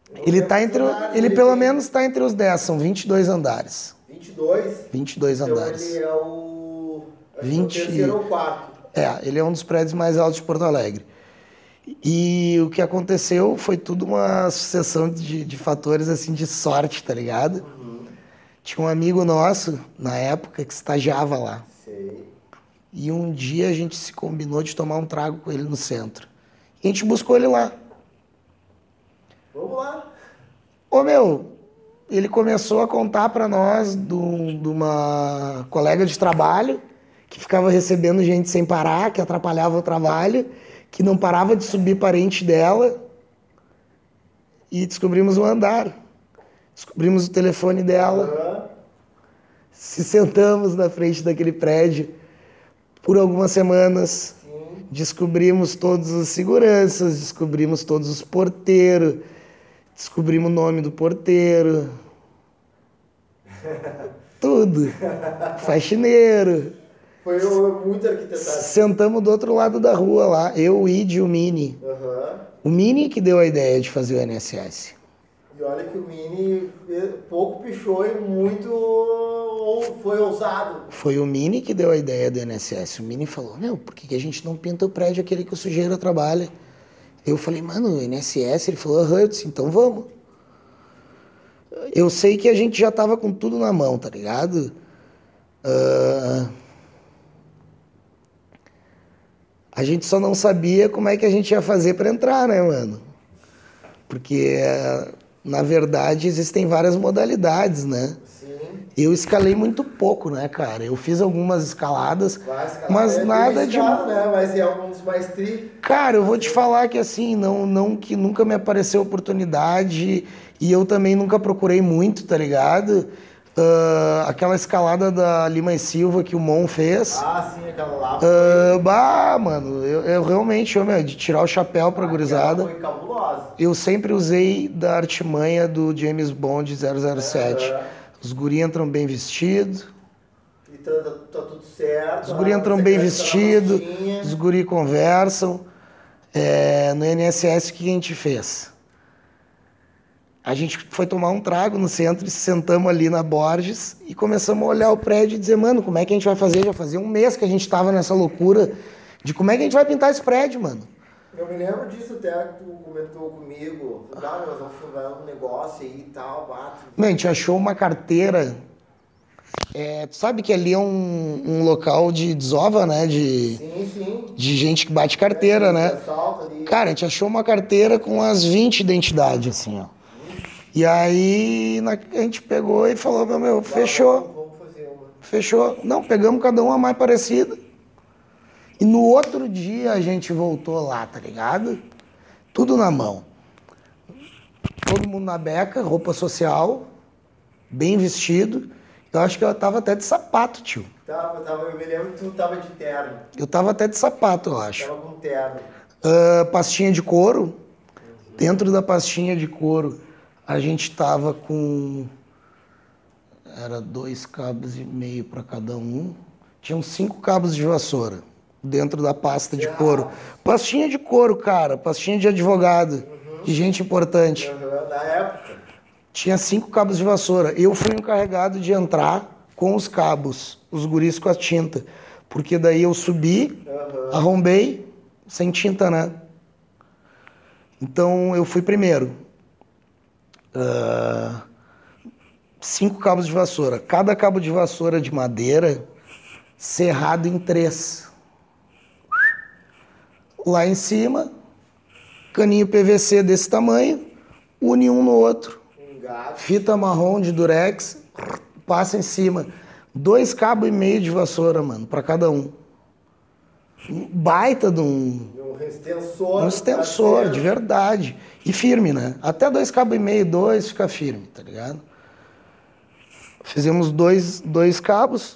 Ele pelo menos está entre os 10, são 22 andares. 22? 22 Então andares. ele é o... acho que 20... o terceiro ou quarto. Ele é um dos prédios mais altos de Porto Alegre. E o que aconteceu foi tudo uma sucessão de fatores assim de sorte, tá ligado? Tinha um amigo nosso, na época, que estagiava lá. Sei. E um dia a gente se combinou de tomar um trago com ele no centro. E a gente buscou ele lá. Vamos lá. Ô, meu, ele começou a contar pra nós de uma colega de trabalho que ficava recebendo gente sem parar, que atrapalhava o trabalho, que não parava de subir parente dela. E descobrimos o andar. Descobrimos o telefone dela. Se sentamos na frente daquele prédio por algumas semanas. Sim. Descobrimos todos os seguranças, descobrimos todos os porteiros, descobrimos o nome do porteiro. Tudo. Faxineiro. Foi muito arquitetado. Sentamos do outro lado da rua lá, eu, o Id e o Mini. O Mini que deu a ideia de fazer o INSS. E olha que o Mini pouco pichou e muito foi ousado. Foi o Mini que deu a ideia do INSS. O Mini falou, meu, por que a gente não pinta o prédio aquele que o sujeira trabalha? Eu falei, mano, o INSS? Ele falou, eu disse, então vamos. Eu sei que a gente já tava com tudo na mão, tá ligado? A gente só não sabia como é que a gente ia fazer para entrar, né, mano? Porque, na verdade, existem várias modalidades, né? Sim. Eu escalei muito pouco, né, cara? Eu fiz algumas escaladas, mas nada de... né? Mas é alguns mais Cara, eu vou te falar que, assim, não que nunca me apareceu oportunidade e eu também nunca procurei muito, tá ligado? Aquela escalada da Lima e Silva que o Mon fez. Ah, sim, aquela lá. Mano, eu realmente, de tirar o chapéu pra gurizada. Foi cabulosa. Eu sempre usei da artimanha do James Bond 007. Os guri entram bem vestidos. E tá tudo certo. Os guri entram bem vestidos. Os guri conversam. No INSS, o que a gente fez? A gente foi tomar um trago no centro e sentamos ali na Borges e começamos a olhar o prédio e dizer, mano, como é que a gente vai fazer? Já fazia um mês que a gente tava nessa loucura de como é que a gente vai pintar esse prédio, mano. Eu me lembro disso até que tu comentou comigo. Nós vamos fundar um negócio aí e tal, Mano, a gente achou uma carteira. Tu sabe que ali é um local de desova, né? Sim. De gente que bate carteira, né? Cara, a gente achou uma carteira com as 20 identidades, assim, ó. E aí a gente pegou e falou, meu, fechou. Vamos fazer uma. Fechou. Não, pegamos cada uma mais parecida. E no outro dia a gente voltou lá, tá ligado? Tudo na mão. Todo mundo na beca, roupa social, bem vestido. Eu acho que eu tava até de sapato, tio. Eu me lembro que tu tava de terno. Eu tava até de sapato, eu acho. Tava com terno. Pastinha de couro. Dentro da pastinha de couro, a gente tava com... Era 2,5 cabos para cada um. Tinham 5 cabos de vassoura dentro da pasta de couro. Pastinha de couro, cara. Pastinha de advogado. De gente importante. Na época. Tinha 5 cabos de vassoura. Eu fui encarregado de entrar com os cabos. Os guris com a tinta. Porque daí eu subi, arrombei, sem tinta, né? Então eu fui primeiro. 5 cabos de vassoura. Cada cabo de vassoura de madeira serrado em 3. Lá em cima, caninho PVC desse tamanho, une um no outro. Fita marrom de durex, passa em cima. 2,5 cabos de vassoura, mano, pra cada um. Baita de um extensor. Um extensor, de verdade. E firme, né? Até 2,5 cabos, 2 fica firme, tá ligado? Fizemos dois cabos.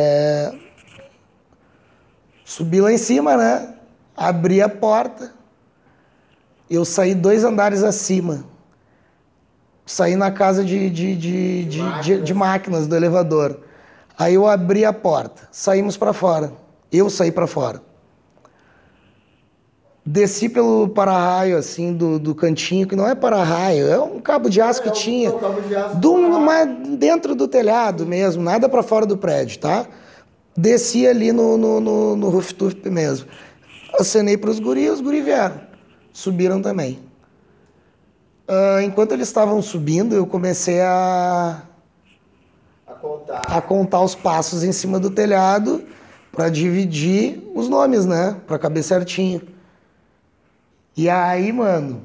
Subi lá em cima, né? Abri a porta. Eu saí 2 andares acima. Saí na casa de máquinas do elevador. Aí eu abri a porta. Saímos para fora. Eu saí para fora. Desci pelo para-raio, assim, do cantinho, que não é para-raio, é um cabo de aço que tinha. Um cabo de aço Mas dentro do telhado mesmo, nada para fora do prédio, tá? Desci ali no rooftop mesmo. Acenei para os guri vieram. Subiram também. Enquanto eles estavam subindo, eu comecei a contar os passos em cima do telhado para dividir os nomes, né? Para caber certinho. E aí, mano,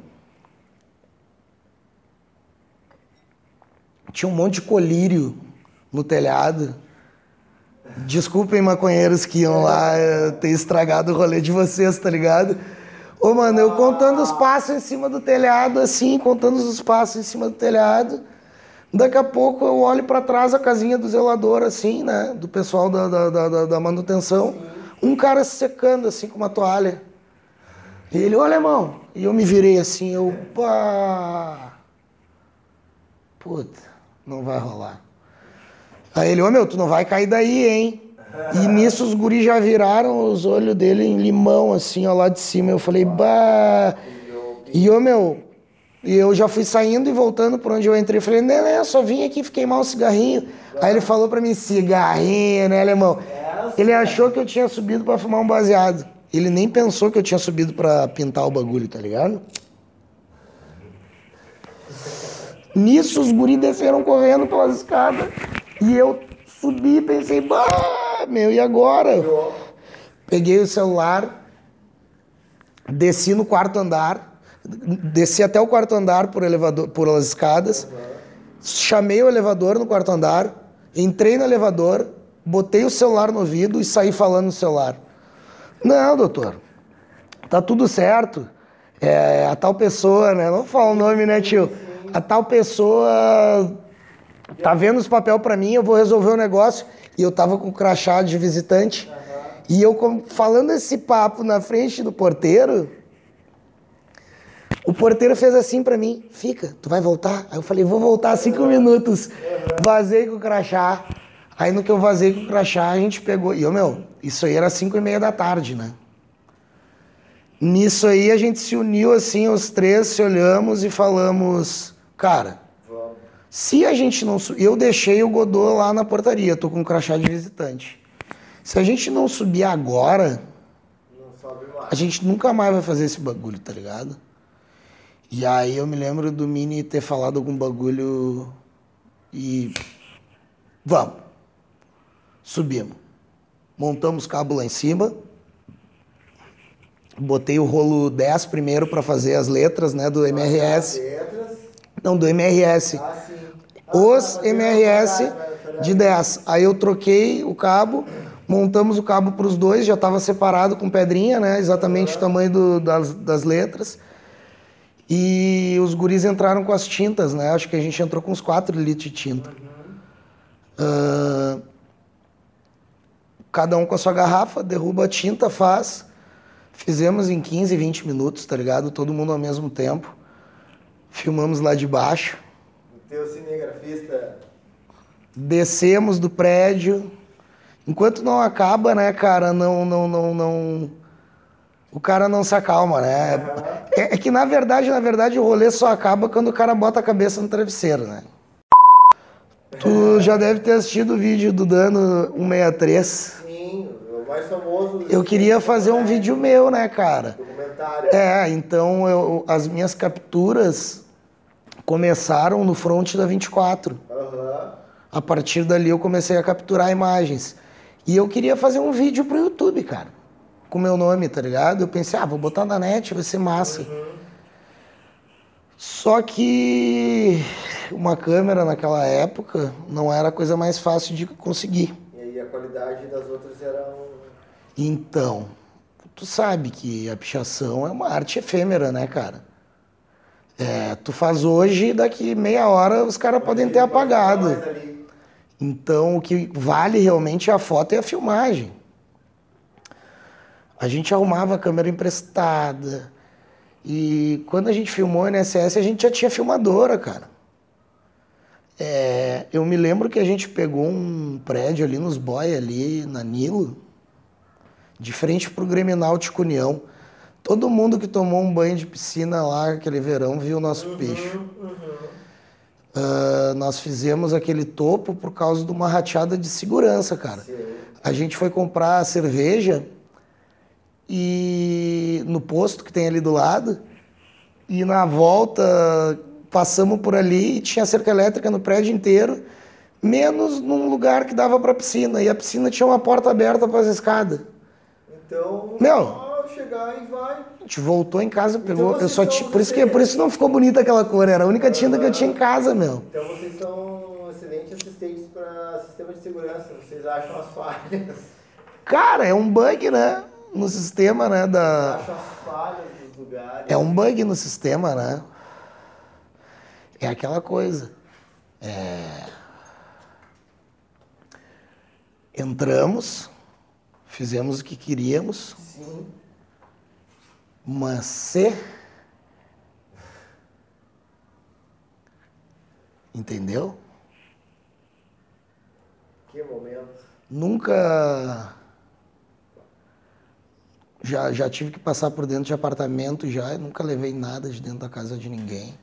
tinha um monte de colírio no telhado. Desculpem, maconheiros que iam lá ter estragado o rolê de vocês, tá ligado? Ô, mano, eu contando os passos em cima do telhado, assim, contando os passos em cima do telhado. Daqui a pouco eu olho pra trás a casinha do zelador, assim, né? Do pessoal da manutenção. Um cara se secando, assim, com uma toalha. E ele, ô, alemão. E eu me virei assim, eu, pá. Puta, não vai rolar. Aí ele, ô, meu, tu não vai cair daí, hein? E nisso os guris já viraram os olhos dele em limão, assim, ó, lá de cima. Eu falei, bah. E ô, meu, e eu já fui saindo e voltando por onde eu entrei. Eu falei, né, só vim aqui, fiquei mal um cigarrinho. Aí ele falou pra mim, cigarrinho, né, alemão? Ele achou que eu tinha subido pra fumar um baseado. Ele nem pensou que eu tinha subido pra pintar o bagulho, tá ligado? Nisso, os guris desceram correndo pelas escadas. E eu subi e pensei, bah, meu, e agora? Peguei o celular, desci no quarto andar, desci até o quarto andar por elevador, por as escadas, chamei o elevador no quarto andar, entrei no elevador, botei o celular no ouvido e saí falando no celular. Não, doutor, tá tudo certo. A tal pessoa, né? Não fala o nome, né, tio? A tal pessoa tá vendo os papéis pra mim, eu vou resolver o negócio. E eu tava com o crachá de visitante. E eu falando esse papo na frente do porteiro, o porteiro fez assim pra mim, fica, tu vai voltar? Aí eu falei, vou voltar 5 minutos. Vazei com o crachá. Aí no que eu vazei com o crachá, a gente pegou... E eu, meu, isso aí era 5:30 da tarde, né? Nisso aí a gente se uniu assim, os três se olhamos e falamos, cara, se a gente não... Eu deixei o Godô lá na portaria, tô com um crachá de visitante. Se a gente não subir agora, a gente nunca mais vai fazer esse bagulho, tá ligado? E aí eu me lembro do Mini ter falado algum bagulho e... Vamos. Subimos. Montamos cabo lá em cima. Botei o rolo 10 primeiro para fazer as letras, né, do MRS. Não, do MRS. Os MRS de 10. Aí eu troquei o cabo, montamos o cabo para os dois, já estava separado com pedrinha, né, exatamente o tamanho das letras. E os guris entraram com as tintas, né, acho que a gente entrou com uns 4 litros de tinta. Cada um com a sua garrafa, derruba a tinta, faz. Fizemos em 15, 20 minutos, tá ligado? Todo mundo ao mesmo tempo. Filmamos lá de baixo. O teu cinegrafista... Descemos do prédio. Enquanto não acaba, né, cara, não... O cara não se acalma, né? É que, na verdade, o rolê só acaba quando o cara bota a cabeça no travesseiro, né? Tu já deve ter assistido o vídeo do Dano 163. Sim, o mais famoso... Eu queria fazer um vídeo meu, né, cara? Documentário. Então as minhas capturas começaram no front da 24. A partir dali eu comecei a capturar imagens. E eu queria fazer um vídeo pro YouTube, cara. Com meu nome, tá ligado? Eu pensei, vou botar na net, vai ser massa. Só que uma câmera naquela época não era a coisa mais fácil de conseguir. E aí a qualidade das outras era... Então, tu sabe que a pichação é uma arte efêmera, né, cara? Tu faz hoje e daqui meia hora os caras podem ter apagado. Então, o que vale realmente é a foto e a filmagem. A gente arrumava a câmera emprestada. E quando a gente filmou o NSS, a gente já tinha filmadora, cara. Eu me lembro que a gente pegou um prédio ali nos Boia, ali na Nilo, de frente pro Grêmio Náutico União. Todo mundo que tomou um banho de piscina lá aquele verão viu o nosso peixe. Nós fizemos aquele topo por causa de uma rateada de segurança, cara. Sim. A gente foi comprar cerveja e no posto que tem ali do lado, e na volta passamos por ali e tinha cerca elétrica no prédio inteiro, menos num lugar que dava pra piscina, e a piscina tinha uma porta aberta para as escadas. Então, Meu, chegar e vai. a gente voltou em casa, pegou, Então eu só vocês são por isso não ficou bonita aquela cor, era a única tinta que eu tinha em casa, meu. Então vocês são excelentes assistentes para sistema de segurança. Vocês acham as falhas. Cara, é um bug, né? No sistema, né? Acham as falhas dos lugares. É um bug no sistema, né? É aquela coisa. Entramos, fizemos o que queríamos, Sim. mas se... Entendeu? Que momento. Nunca... Já tive que passar por dentro de apartamento já, e nunca levei nada de dentro da casa de ninguém.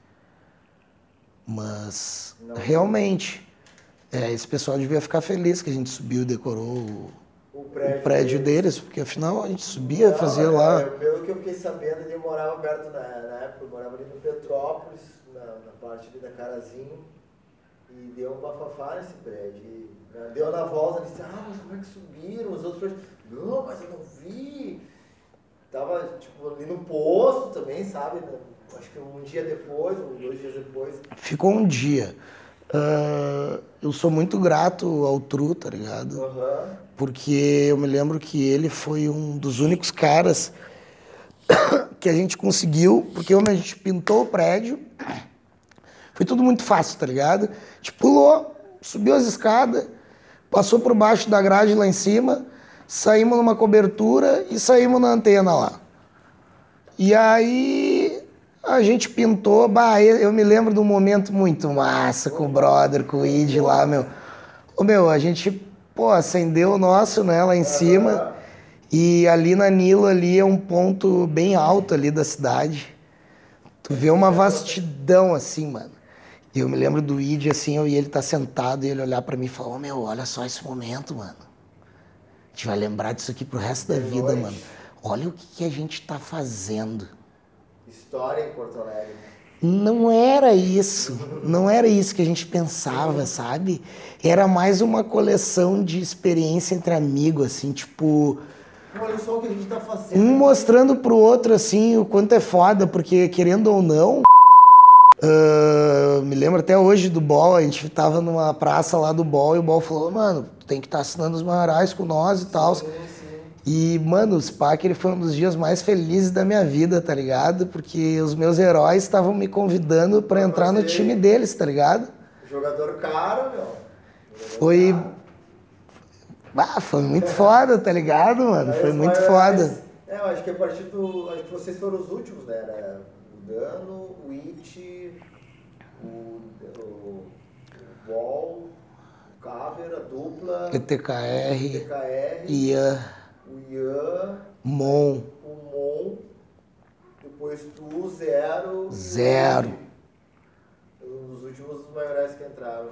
Mas, realmente, esse pessoal devia ficar feliz que a gente subiu e decorou o prédio deles, porque afinal a gente subia, fazia lá... Pelo que eu fiquei sabendo, ele morava perto, na época, eu morava ali no Petrópolis, na parte ali da Carazinho, e deu um bafafá nesse prédio. E, deu na volta, ele disse, mas como é que subiram? Os outros prédios, não, mas eu não vi. Tava, tipo, ali no posto também, sabe? Acho que um dia depois, ou 2 dias depois. Ficou um dia. Eu sou muito grato ao Tru, tá ligado? Porque eu me lembro que ele foi um dos únicos caras que a gente conseguiu, porque a gente pintou o prédio, foi tudo muito fácil, tá ligado? A gente pulou, subiu as escadas, passou por baixo da grade lá em cima, saímos numa cobertura e saímos na antena lá. E aí a gente pintou, eu me lembro de um momento muito massa com o brother, com o Id lá, meu. A gente, acendeu o nosso, né, lá em cima, e ali na Nilo, ali é um ponto bem alto ali da cidade. Tu vê uma vastidão assim, mano. E eu me lembro do Id, assim, eu e ele tá sentado, e ele olhar pra mim e falar, olha só esse momento, mano. A gente vai lembrar disso aqui pro resto da vida, mano. Olha o que a gente tá fazendo. História em Porto Alegre. Não era isso. Não era isso que a gente pensava, sabe? Era mais uma coleção de experiência entre amigos, assim, tipo... Olha só o que a gente tá fazendo. Um mostrando pro outro, assim, o quanto é foda, porque, querendo ou não... me lembro até hoje do Bol, a gente tava numa praça lá do Bol, e o Bol falou, mano, tu tem que estar assinando os maiorais com nós e tal. E, mano, o SPAC, ele foi um dos dias mais felizes da minha vida, tá ligado? Porque os meus heróis estavam me convidando pra entrar no time deles, tá ligado? Jogador caro, meu. Foi muito foda, tá ligado, mano? Foi muito foda. Eu acho que a partir do... Acho que vocês foram os últimos, né? O Dano, o It, o Bol, o Caver, a dupla... ETKR, Ian, o Ian, Mon, o Mon, depois tu, Zero. Um dos últimos maiorais que entraram.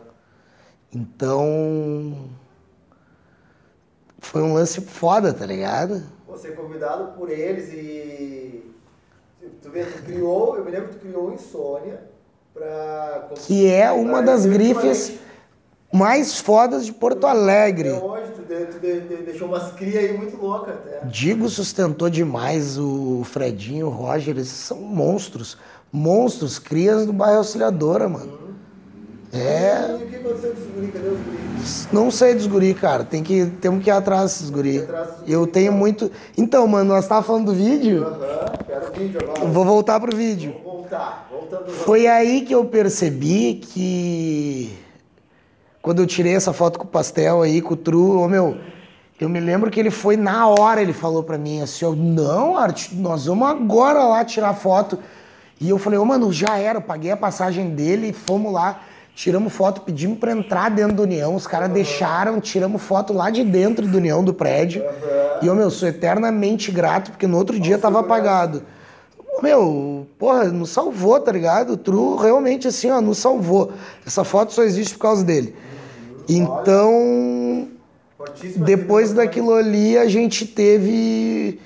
Então, foi um lance foda, tá ligado? Ser convidado por eles e... Tu criou, eu me lembro que tu criou Insônia pra... Que é uma das grifes mais fodas de Porto Alegre. Hoje, tu deixou umas crias aí muito loucas até. Digo sustentou demais, o Fredinho, o Roger, eles são monstros. Monstros, crias do bairro Auxiliadora, mano. E o que aconteceu com os guri? Cadê os guri? Não sei dos guri, cara. Temos que ir atrás desses guri. Eu tenho muito... Então, mano, nós tava falando do vídeo. Quero o vídeo agora. Vou voltar pro vídeo. Voltando. Foi aí que eu percebi que... Quando eu tirei essa foto com o pastel aí, com o Tru, eu me lembro que ele foi na hora, ele falou pra mim assim, não, Art, nós vamos agora lá tirar foto. E eu falei, mano, já era, eu paguei a passagem dele, fomos lá, tiramos foto, pedimos pra entrar dentro do União, os caras deixaram, tiramos foto lá de dentro do União, do prédio. E, ô, meu, sou eternamente grato, porque no outro dia tava apagado. Ô, meu, porra, nos salvou, tá ligado? O Tru realmente, assim, ó, nos salvou. Essa foto só existe por causa dele. Então, Fortíssimas depois revelações. daquilo ali, a gente teve...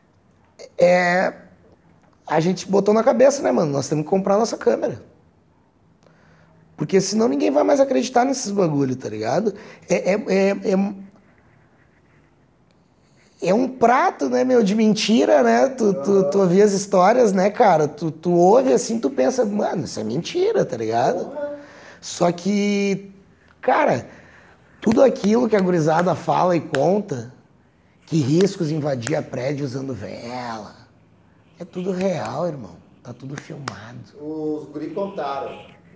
A gente botou na cabeça, né, mano? Nós temos que comprar a nossa câmera. Porque senão ninguém vai mais acreditar nesses bagulho, tá ligado? É um prato, né, meu, de mentira, né? Tu ouvir as histórias, né, cara? Tu ouve assim, tu pensa, mano, isso é mentira, tá ligado? Só que, cara, tudo aquilo que a gurizada fala e conta, que riscos invadia prédio usando vela, é tudo real, irmão. Tá tudo filmado. Os guri contaram.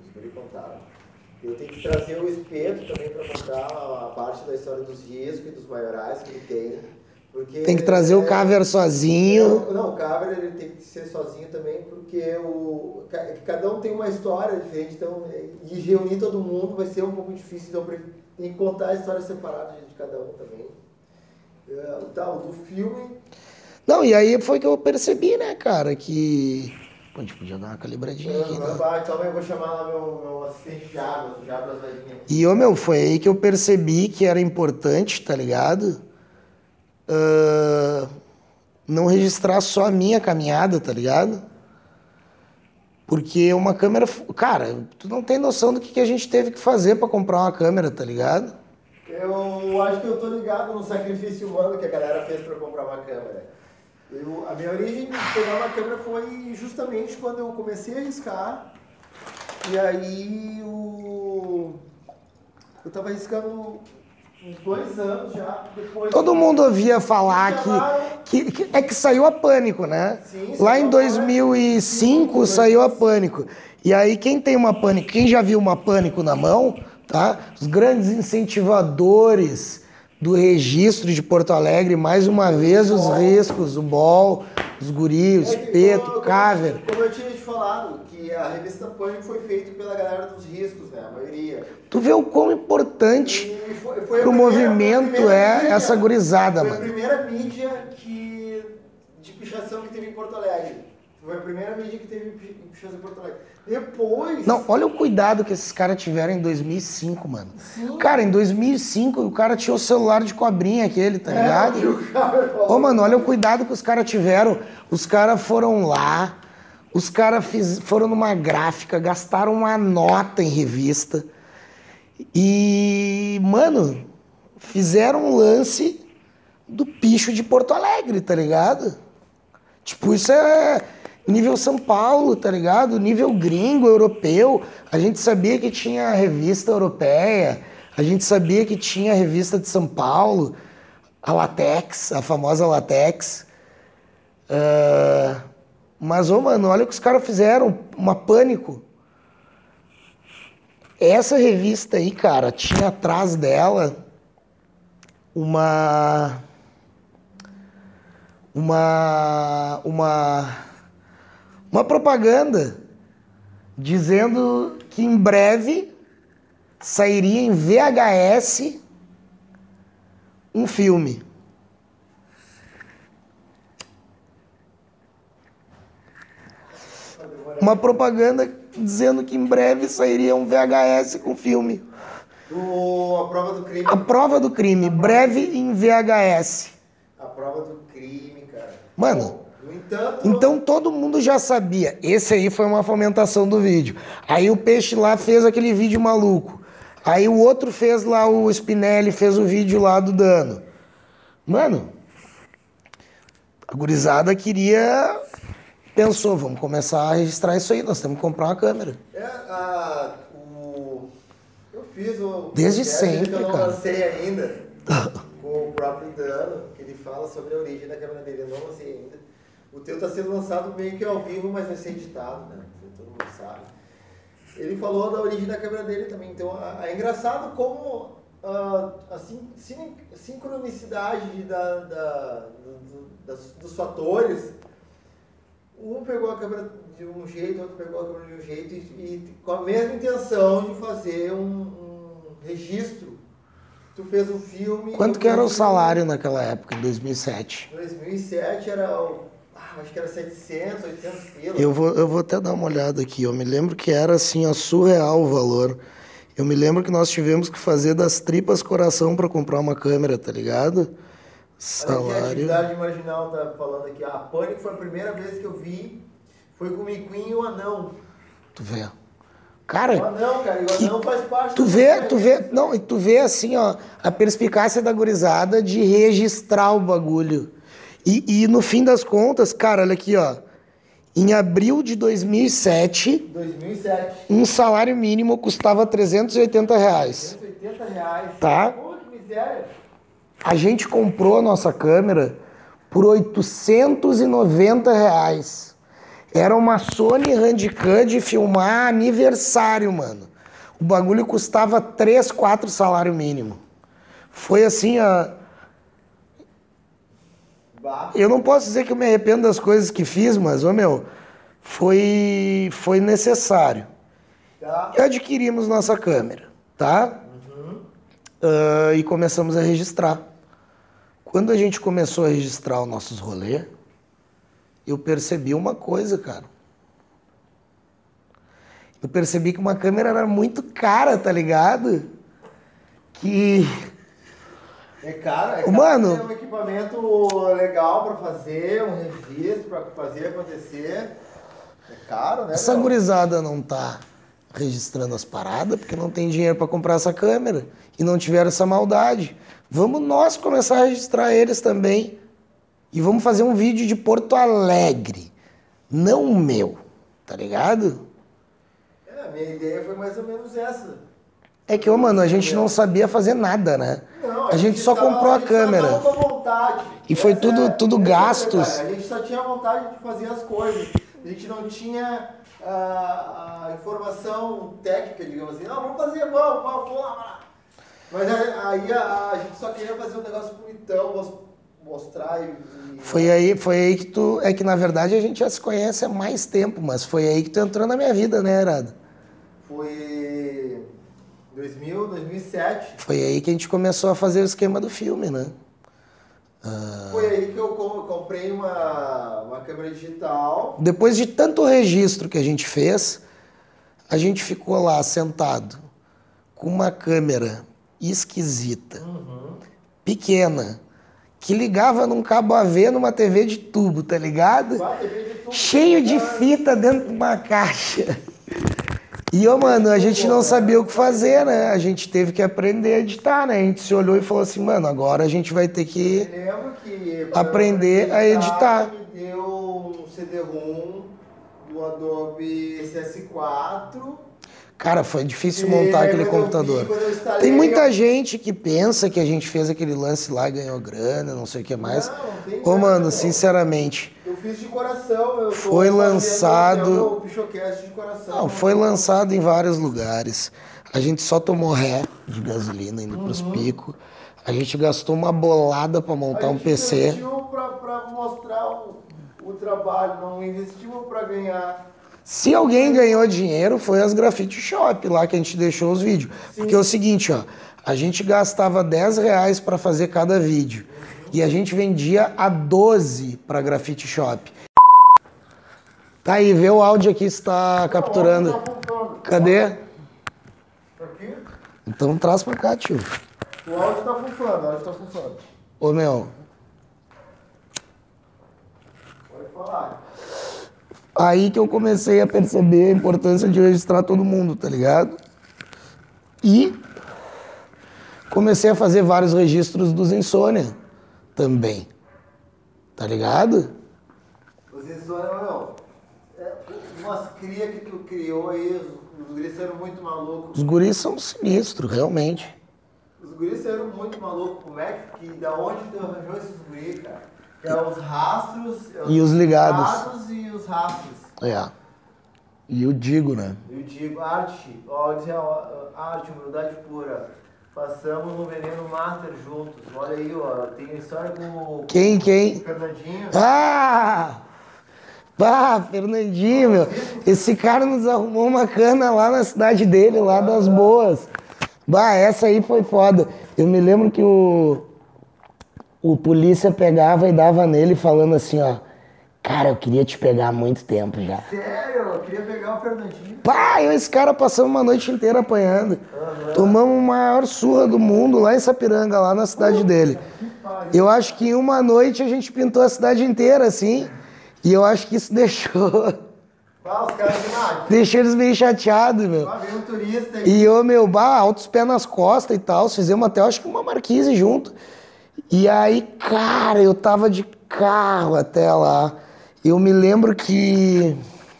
Eu tenho que trazer o espeto também para contar a parte da história dos riscos e dos maiorais que ele tem. Porque Tem que trazer o cover sozinho. Não, o cover ele tem que ser sozinho também, porque cada um tem uma história diferente, então, e reunir todo mundo vai ser um pouco difícil, então tem que contar a história separada de cada um também. O tal do filme. Não, e aí foi que eu percebi, né, cara, que... Pô, a gente podia dar uma calibradinha aqui, né? Então eu vou chamar lá meu assistente Jabras vai vir. E, ô, meu, foi aí que eu percebi que era importante, tá ligado? Não registrar só a minha caminhada, tá ligado? Porque uma câmera... Cara, tu não tem noção do que a gente teve que fazer pra comprar uma câmera, tá ligado? Eu acho que eu tô ligado no sacrifício humano que a galera fez pra comprar uma câmera. A minha origem de pegar uma câmera foi justamente quando eu comecei a arriscar. E aí eu tava arriscando uns 2 anos já. Depois Todo mundo ouvia falar que saiu a Pânico, né? Sim, lá em 2005 saiu a Pânico. E aí quem tem uma Pânico, quem já viu uma Pânico na mão, tá? Os grandes incentivadores do registro de Porto Alegre, mais uma vez os riscos, o Bol, os guri, o espeto, o cover. Como eu tinha te falado, que a revista Pânico foi feita pela galera dos riscos, né? A maioria. Tu vê o quão importante pro movimento essa gurizada, foi mano. Foi a primeira mídia de pichação que teve em Porto Alegre. Foi a primeira mídia que teve pichação em Porto Alegre. Depois... Não, olha o cuidado que esses caras tiveram em 2005, mano. Sim. Cara, em 2005 o cara tinha o celular de cobrinha aquele, tá ligado? Ô, mano, olha o cuidado que os caras tiveram. Os caras foram lá, os caras foram numa gráfica, gastaram uma nota em revista. E, mano, fizeram um lance do picho de Porto Alegre, tá ligado? Tipo, isso é nível São Paulo, tá ligado? Nível gringo, europeu. A gente sabia que tinha a revista europeia, a gente sabia que tinha a revista de São Paulo, a Latex, a famosa Latex. Mas, ô, mano, olha o que os caras fizeram, uma Pânico. Essa revista aí, cara, tinha atrás dela uma propaganda dizendo que em breve sairia em VHS um filme. Uma propaganda dizendo que em breve sairia um VHS com filme. A prova do crime. A prova do crime, breve em VHS. A prova do crime, cara. Mano, no entanto... Então todo mundo já sabia. Esse aí foi uma fomentação do vídeo. Aí o Peixe lá fez aquele vídeo maluco. Aí o outro fez lá, o Spinelli fez o vídeo lá do dano. Mano, a gurizada pensou, vamos começar a registrar isso aí, nós temos que comprar uma câmera. Eu fiz o... Desde sempre, que eu não cara. lancei ainda, com o próprio Dano, que ele fala sobre a origem da câmera dele, eu não lancei ainda. O teu está sendo lançado meio que ao vivo, mas vai ser editado, né? Todo mundo sabe. Ele falou da origem da câmera dele também, então é engraçado como a sincronicidade dos fatores. Um pegou a câmera de um jeito, outro pegou a câmera de um jeito e com a mesma intenção de fazer um registro Tu fez um filme... Quanto que era o salário naquela época, em 2007? Em 2007 era, acho que era 700, 800 pila. Eu vou até dar uma olhada aqui. Eu me lembro que era assim, ó, surreal o valor. Eu me lembro que nós tivemos que fazer das tripas coração para comprar uma câmera, tá ligado? Olha aqui, a Salário. atividade marginal tá falando aqui. A Pânico foi a primeira vez que eu vi. Foi com o Miquinho e o Anão. Tu vê. O Cara, Anão, cara, e o Anão faz parte tu do vê, projeto. não, e tu vê assim, ó, a perspicácia da gurizada de registrar o bagulho. E no fim das contas, cara, olha aqui, ó. Em abril de 2007, 2007. um salário mínimo custava R$380. R$180. Tá. Pô, que miséria. A gente comprou a nossa câmera por R$890. Era uma Sony Handycam de filmar aniversário, mano. O bagulho custava 3, 4 salário mínimo. Foi assim, ó. Bah. Eu não posso dizer que eu me arrependo das coisas que fiz, mas, ô meu, foi necessário. Tá. E adquirimos nossa câmera, tá? E começamos a registrar. Quando a gente começou a registrar os nossos rolês, eu percebi uma coisa, cara. Eu percebi que uma câmera era muito cara, tá ligado? Que... É caro Mano. ter um equipamento legal pra fazer, um registro pra fazer acontecer. É caro, né? Essa meu? gurizada não tá registrando as paradas porque não tem dinheiro pra comprar essa câmera e não tiveram essa maldade. Vamos nós começar a registrar eles também. E vamos fazer um vídeo de Porto Alegre, não o meu, tá ligado? A minha ideia foi mais ou menos essa. É que, ô, mano, a gente não sabia fazer nada, né? Não, a gente só comprou a câmera. Só tava com vontade. E foi Essa tudo esse gastos. detalhe. A gente só tinha vontade de fazer as coisas. A gente não tinha a informação técnica, digamos assim. Não, vamos fazer, vamos lá. Mas aí a gente só queria fazer um negócio bonitão, mostrar e... Foi aí que tu... É que, na verdade, a gente já se conhece há mais tempo, mas foi aí que tu entrou na minha vida, né, Herado? Foi 2007. Foi aí que a gente começou a fazer o esquema do filme, né? Foi aí que eu comprei uma câmera digital. Depois de tanto registro que a gente fez, a gente ficou lá sentado com uma câmera esquisita, pequena, que ligava num cabo AV numa TV de tubo, tá ligado? Cheio de fita dentro de uma caixa. E, ô, mano, a gente não sabia o que fazer, né? A gente teve que aprender a editar, né? A gente se olhou e falou assim, mano, agora a gente vai ter que aprender a editar. Me deu um CD-ROM do Adobe CS4. Cara, foi difícil montar aquele computador. Tem muita gente que pensa que a gente fez aquele lance lá e ganhou grana, não sei o que mais. Ô, mano, sinceramente... Eu fiz de coração. Foi lançado... O Pichocast de coração. Não, foi lançado em vários lugares. A gente só tomou ré de gasolina indo pros picos. A gente gastou uma bolada pra montar um PC. A gente investiu pra mostrar o trabalho, não investimos pra ganhar. Se alguém ganhou dinheiro, foi as Graffiti Shop lá que a gente deixou os vídeos. Sim. Porque é o seguinte, ó, a gente gastava R$10 para fazer cada vídeo. E a gente vendia a 12 para Graffiti Shop. Tá aí, vê o áudio aqui se tá capturando. Cadê? Tá aqui? Então traz pra cá, tio. O áudio tá funcionando, Ô, meu, Pode falar. aí que eu comecei a perceber a importância de registrar todo mundo, tá ligado? E comecei a fazer vários registros dos Insônia também, tá ligado? Os Insônia, não. Umas cria que tu criou aí, os guris eram muito malucos. Os guris são sinistros, realmente. Os guris eram muito malucos. Como é da onde tu arranjou esses guris, cara? É os rastros... E os ligados. E os rastros. É. E eu digo, né? Eu digo, arte, humildade pura. Passamos no Veneno Master juntos. Olha aí, ó. Tem história com o Quem? Fernandinho. Ah! Fernandinho, meu. Esse cara nos arrumou uma cana lá na cidade dele, lá das Boas. Bah, essa aí foi foda. Eu me lembro que o polícia pegava e dava nele falando assim, ó. Cara, eu queria te pegar há muito tempo já. Sério? Eu queria pegar o Fernandinho. Pá, eu e esse cara passamos uma noite inteira apanhando. Tomamos a maior surra do mundo lá em Sapiranga, lá na cidade dele. Eu acho que em uma noite a gente pintou a cidade inteira, assim. E eu acho que isso deixou Ah, os caras demais. deixou eles meio chateados, meu. Ah, veio um turista aí. E eu, meu, bah, altos pés nas costas e tal. Fizemos até, acho que uma marquise junto. E aí, cara, eu tava de carro até lá. Eu me lembro que...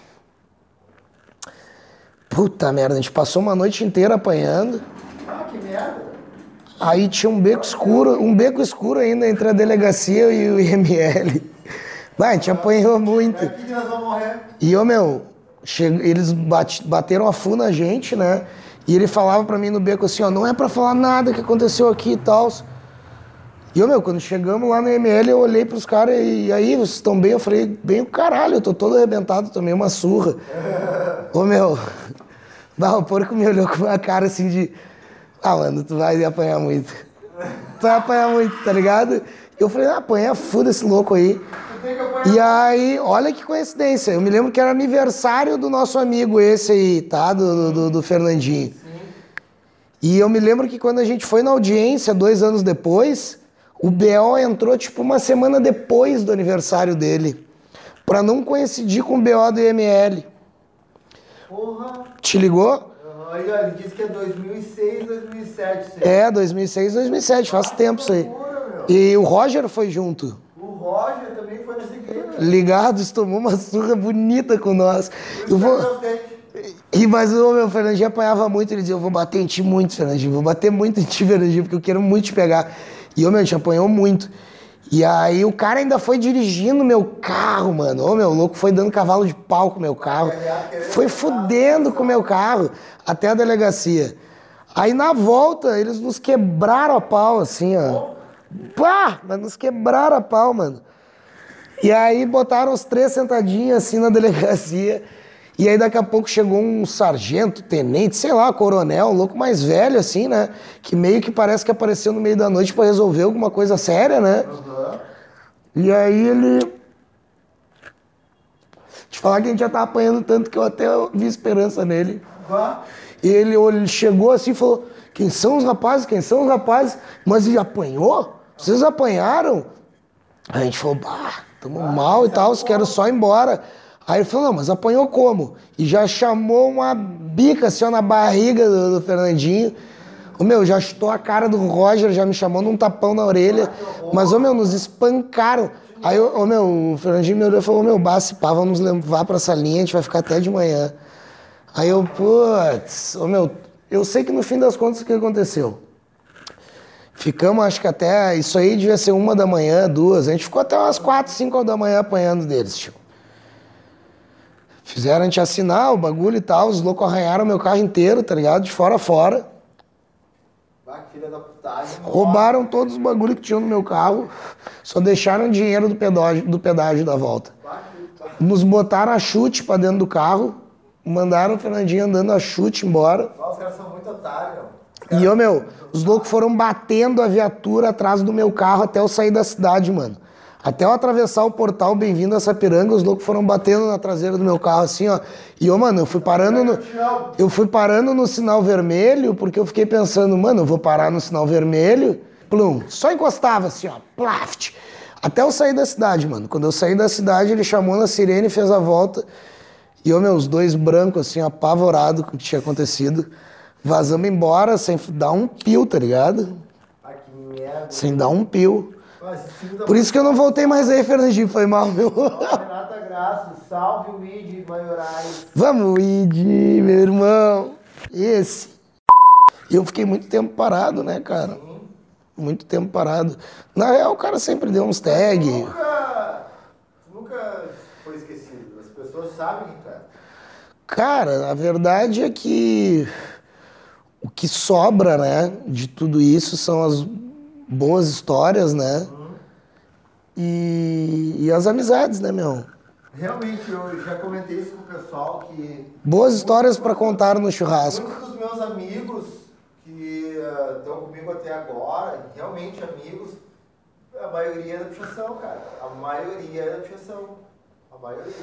Puta merda, a gente passou uma noite inteira apanhando. Ah, que merda. Aí tinha um beco escuro ainda entre a delegacia e o IML. Vai, a gente apanhou muito. É aqui que nós vamos morrer. E, ô, meu, eles bateram a full na gente, né? E ele falava pra mim no beco assim, ó, não é pra falar nada que aconteceu aqui e tal. E, ô, meu, quando chegamos lá no IML, eu olhei pros caras e aí, vocês estão bem? Eu falei, bem o caralho, eu tô todo arrebentado, tomei uma surra. Ô, meu, bah, o porco me olhou com uma cara assim de... Ah, mano, tu vai apanhar muito. Tu vai apanhar muito, tá ligado? Eu falei, ah, apanha fuda esse louco aí. E aí, olha que coincidência. Eu me lembro que era aniversário do nosso amigo esse aí, tá? Do Fernandinho. Sim. E eu me lembro que quando a gente foi na audiência, 2 anos depois, o BO entrou tipo uma semana depois do aniversário dele. Pra não coincidir com o BO do IML. Porra. Te ligou? Aí, ó, ele disse que é 2006, 2007. Sei. É, 2006, 2007, faz tempo isso aí. Loucura, meu. E o Roger foi junto. O Roger também foi nessa igreja. Ligados, tomou uma surra bonita com nós. Eu vou... Mas o meu Fernandinho apanhava muito, ele dizia, eu vou bater em ti muito, Fernandinho, vou bater muito em ti, Fernandinho, porque eu quero muito te pegar. E, ô, meu, a gente apanhou muito. E aí o cara ainda foi dirigindo meu carro, mano. Ô, meu, o louco foi dando cavalo de pau com o meu carro. Foi fudendo com o meu carro até a delegacia. Aí na volta, eles nos quebraram a pau, assim, ó. Pá! Mas nos quebraram a pau, mano. E aí botaram os 3 sentadinhos assim na delegacia. E aí daqui a pouco chegou um sargento, tenente, sei lá, coronel, um louco mais velho assim, né? Que meio que parece que apareceu no meio da noite pra resolver alguma coisa séria, né? Uhum. E aí ele... Te falar que a gente já tava apanhando tanto que eu até vi esperança nele. Uhum. E ele chegou assim e falou, quem são os rapazes? Quem são os rapazes? Mas ele apanhou? Vocês apanharam? Aí a gente falou, bah, tamo mal e tal, quero só ir embora. Aí ele falou, não, mas apanhou como? E já chamou uma bica assim ó, na barriga do Fernandinho. Ô, meu, já chutou a cara do Roger, já me chamou num tapão na orelha. Mas, ô, meu, nos espancaram. Aí, ô, meu, o Fernandinho me olhou e falou, ô, meu, basta, pá, vamos levar pra salinha, a gente vai ficar até de manhã. Aí eu, putz, ô, meu, eu sei que no fim das contas o que aconteceu? Ficamos, acho que até, isso aí devia ser 1 da manhã, 2, a gente ficou até umas 4, 5 da manhã apanhando deles, tio. Fizeram a gente assinar o bagulho e tal, os loucos arranharam meu carro inteiro, tá ligado? De fora a fora. Ah, filha da putagem. Roubaram todos os bagulhos que tinham no meu carro, só deixaram o dinheiro do pedágio da volta. Nos botaram a chute pra dentro do carro, mandaram o Fernandinho andando a chute embora. Os caras são muito otários, meu. E, ô, meu, os loucos foram batendo a viatura atrás do meu carro até eu sair da cidade, mano. Até eu atravessar o portal Bem-vindo a Sapiranga, os loucos foram batendo na traseira do meu carro assim, ó. E, ô, mano, eu fui parando no sinal vermelho, porque eu fiquei pensando, mano, eu vou parar no sinal vermelho. Plum, só encostava assim, ó, plaft. Até eu sair da cidade, mano. Quando eu saí da cidade, ele chamou na sirene, fez a volta. E, ô, meu, os 2 brancos, assim, apavorados com o que tinha acontecido. Vazamos embora sem dar um pio, tá ligado? Ah, que merda. Sem dar um pio. Ah, esse filho da Por isso que eu não voltei mais aí, Fernandinho, foi mal, meu. Renata Graça, salve o Id Maiorais. Vamos, Id, meu irmão. Esse. E eu fiquei muito tempo parado, né, cara? Muito tempo parado. Na real, o cara sempre deu uns tag. Nunca foi esquecido. As pessoas sabem quem tu é. Cara, a verdade é que o que sobra, né, de tudo isso são as boas histórias, né? E as amizades, né, meu? Realmente, eu já comentei isso com o pessoal que... Boas histórias pra contar no churrasco. Muitos dos meus amigos que estão comigo até agora, realmente amigos, a maioria é da pichação, cara. A maioria é da pichação. A maioria.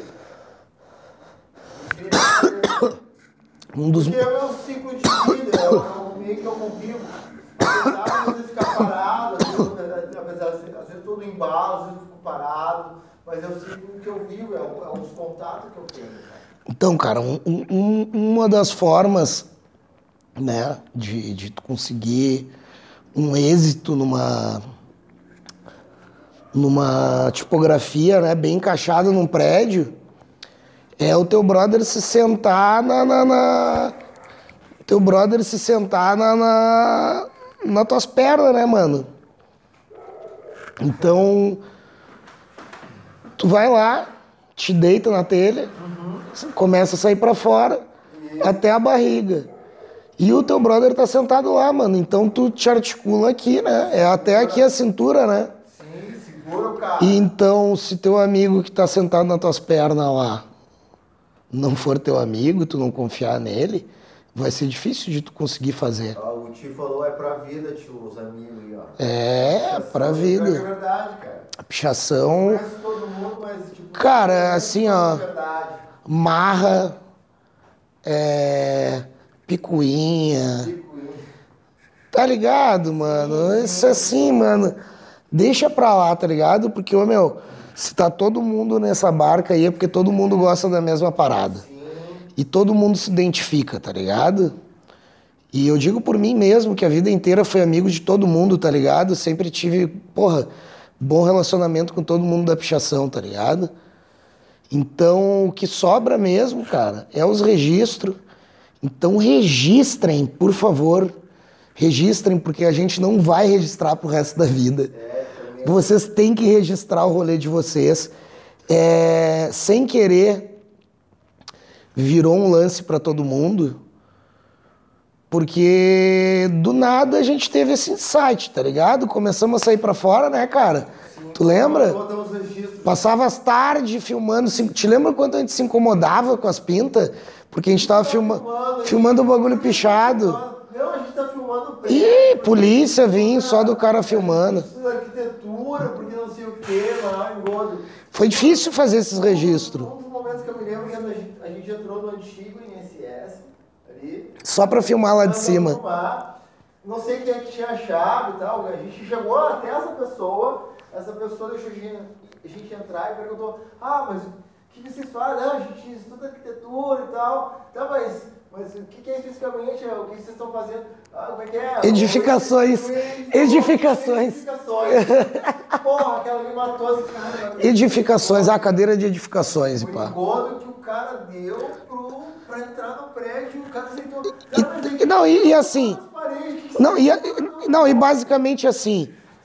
Porque é o meu ciclo de vida, é o meio que eu convivo. Apesar de às vezes ficar parado, apesar de às vezes todo embalo, às vezes eu fico parado, mas é o ciclo que eu vivo, é os contatos que eu tenho. Cara. Então, cara, uma das formas, né, de tu conseguir um êxito numa tipografia, né, bem encaixada num prédio, é o teu brother se sentar nas tuas pernas, né, mano? Então, tu vai lá, te deita na telha, começa a sair pra fora, até a barriga. E o teu brother tá sentado lá, mano. Então, tu te articula aqui, né? É até aqui a cintura, né? Sim, segura o cara. E então, se teu amigo que tá sentado nas tuas pernas lá não for teu amigo, tu não confiar nele, vai ser difícil de tu conseguir fazer. O tio falou, é pra vida, tio, os amigos aí, ó. É, pra vida. É verdade, cara. A pichação... Não conhece todo mundo, mas tipo... Cara, assim, ó... Verdade. Marra, picuinha... Tá ligado, mano? Isso assim, mano... Deixa pra lá, tá ligado? Porque, ô, meu... Se tá todo mundo nessa barca aí é porque todo mundo gosta da mesma parada. Sim. E todo mundo se identifica, tá ligado? E eu digo por mim mesmo que a vida inteira fui amigo de todo mundo, tá ligado? Sempre tive, porra, bom relacionamento com todo mundo da pichação, tá ligado? Então, o que sobra mesmo, cara, é os registros. Então, registrem, por favor. Registrem, porque a gente não vai registrar pro resto da vida. Vocês têm que registrar o rolê de vocês. Sem querer, virou um lance pra todo mundo, porque do nada a gente teve esse insight, tá ligado? Começamos a sair pra fora, né, cara? Sim, tu lembra? Passava as tardes filmando. Te lembra quanto a gente se incomodava com as pintas? Porque a gente tava filmando o bagulho pichado. Não, a gente tá filmando... Ih, polícia vinha só do cara filmando. Arquitetura, porque não sei o que, lá em Gordo. Foi difícil fazer esses registros. Um dos momentos que eu me lembro que a gente entrou no antigo INSS, ali. Só pra filmar lá de cima. Filmar. Não sei quem é que tinha a chave e tal. A gente chegou até essa pessoa deixou a gente entrar e perguntou, mas o que vocês fazem? Não, a gente estuda arquitetura e tal. Tá, mas o que é especificamente? O que vocês estão fazendo? Como é que é? Edificações. Porra, aquela me matou esse cara. Edificações, a cadeira de edificações, Foi pá. o engodo que o cara deu pra entrar no prédio, o cara aceitou. E basicamente assim,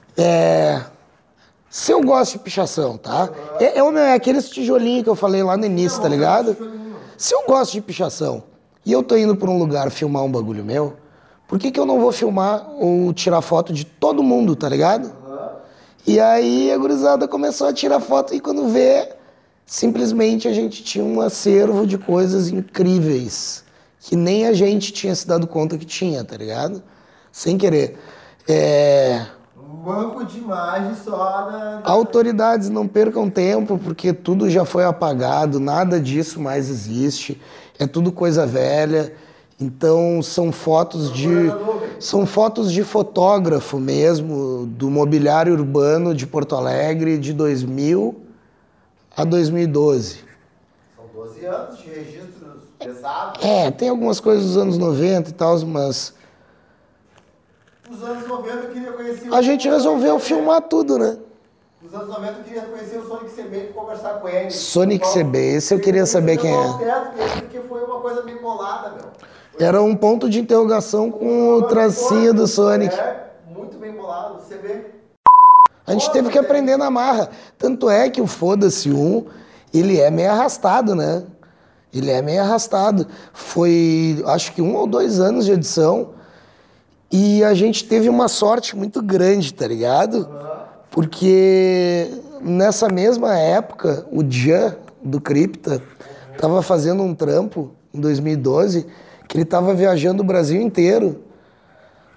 se eu gosto de pichação, tá? É aqueles tijolinhos que eu falei lá no início, tá ligado? Se eu gosto de pichação e eu tô indo pra um lugar filmar um bagulho meu, por que eu não vou filmar ou tirar foto de todo mundo, tá ligado? E aí a gurizada começou a tirar foto e quando vê, simplesmente a gente tinha um acervo de coisas incríveis que nem a gente tinha se dado conta que tinha, tá ligado? Sem querer. Um banco de imagens só na... Autoridades, não percam tempo, porque tudo já foi apagado, nada disso mais existe, é tudo coisa velha. Então são fotos de fotógrafo mesmo, do mobiliário urbano de Porto Alegre de 2000 a 2012. São 12 anos de registros pesados. Tem algumas coisas dos anos 90 e tal, mas... Nos anos 90 eu queria conhecer... A gente resolveu filmar tudo, né? Nos anos 90 eu queria conhecer o Sonic CB e conversar com ele. Sonic CB, esse eu queria saber quem é. Porque foi uma coisa bem bolada, meu. Era um ponto de interrogação com o tracinho do Sonic. Muito bem bolado, CB. A gente teve que aprender na marra. Tanto é que o Foda-se 1, ele é meio arrastado, né? Ele é meio arrastado. Foi, acho que 1 ou 2 anos de edição. E a gente teve uma sorte muito grande, tá ligado? Porque nessa mesma época, o Jean, do Cripta, tava fazendo um trampo, em 2012, que ele tava viajando o Brasil inteiro,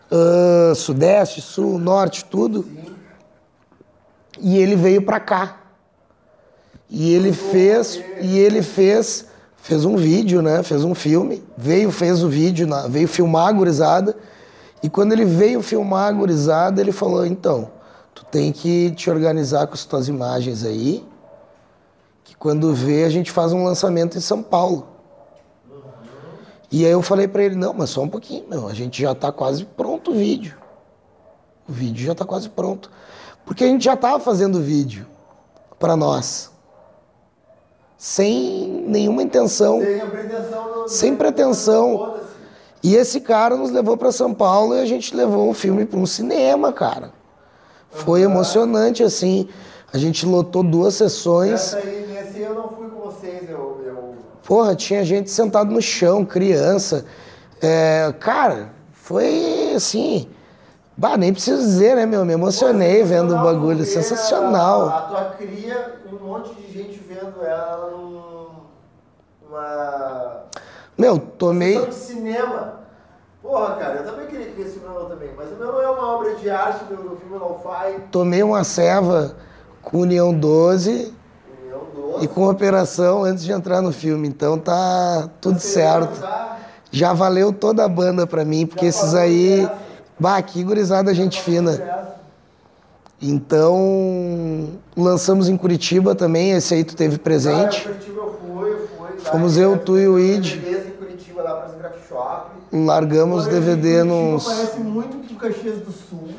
Sudeste, Sul, Norte, tudo. Sim. E ele veio pra cá. E ele fez um vídeo, né? Fez um filme, fez o vídeo, veio filmar a gurizada. E quando ele veio filmar a gurizada, ele falou, então, tu tem que te organizar com as tuas imagens aí, que quando vê a gente faz um lançamento em São Paulo. E aí eu falei pra ele, não, mas só um pouquinho, meu, a gente já tá quase pronto o vídeo. O vídeo já tá quase pronto. Porque a gente já tava fazendo vídeo pra nós. Sem nenhuma intenção. Sem pretensão. E esse cara nos levou pra São Paulo e a gente levou o filme pra um cinema, cara. Foi emocionante, assim. A gente lotou 2 sessões. Nesse eu não fui com vocês, Porra, tinha gente sentado no chão, criança. Cara, foi assim... Bah, nem preciso dizer, né, meu? Me emocionei vendo o bagulho. Sensacional. A tua cria, um monte de gente vendo ela numa... Meu, tomei... sessão de cinema. Porra, cara, eu também queria ver esse meu também. Mas o meu não é uma obra de arte, meu filme não faz. Tomei uma ceva com União 12... E com operação antes de entrar no filme, então tá tudo certo. Já valeu toda a banda pra mim, porque esses aí... Bah, que gurizada gente fina. Então, lançamos em Curitiba também, esse aí tu teve presente. Em Curitiba eu fui. Fomos eu, tu e o Id. Em Curitiba, lá pra Graph Shop. Largamos o DVD nos... Parece muito com Caxias do Sul.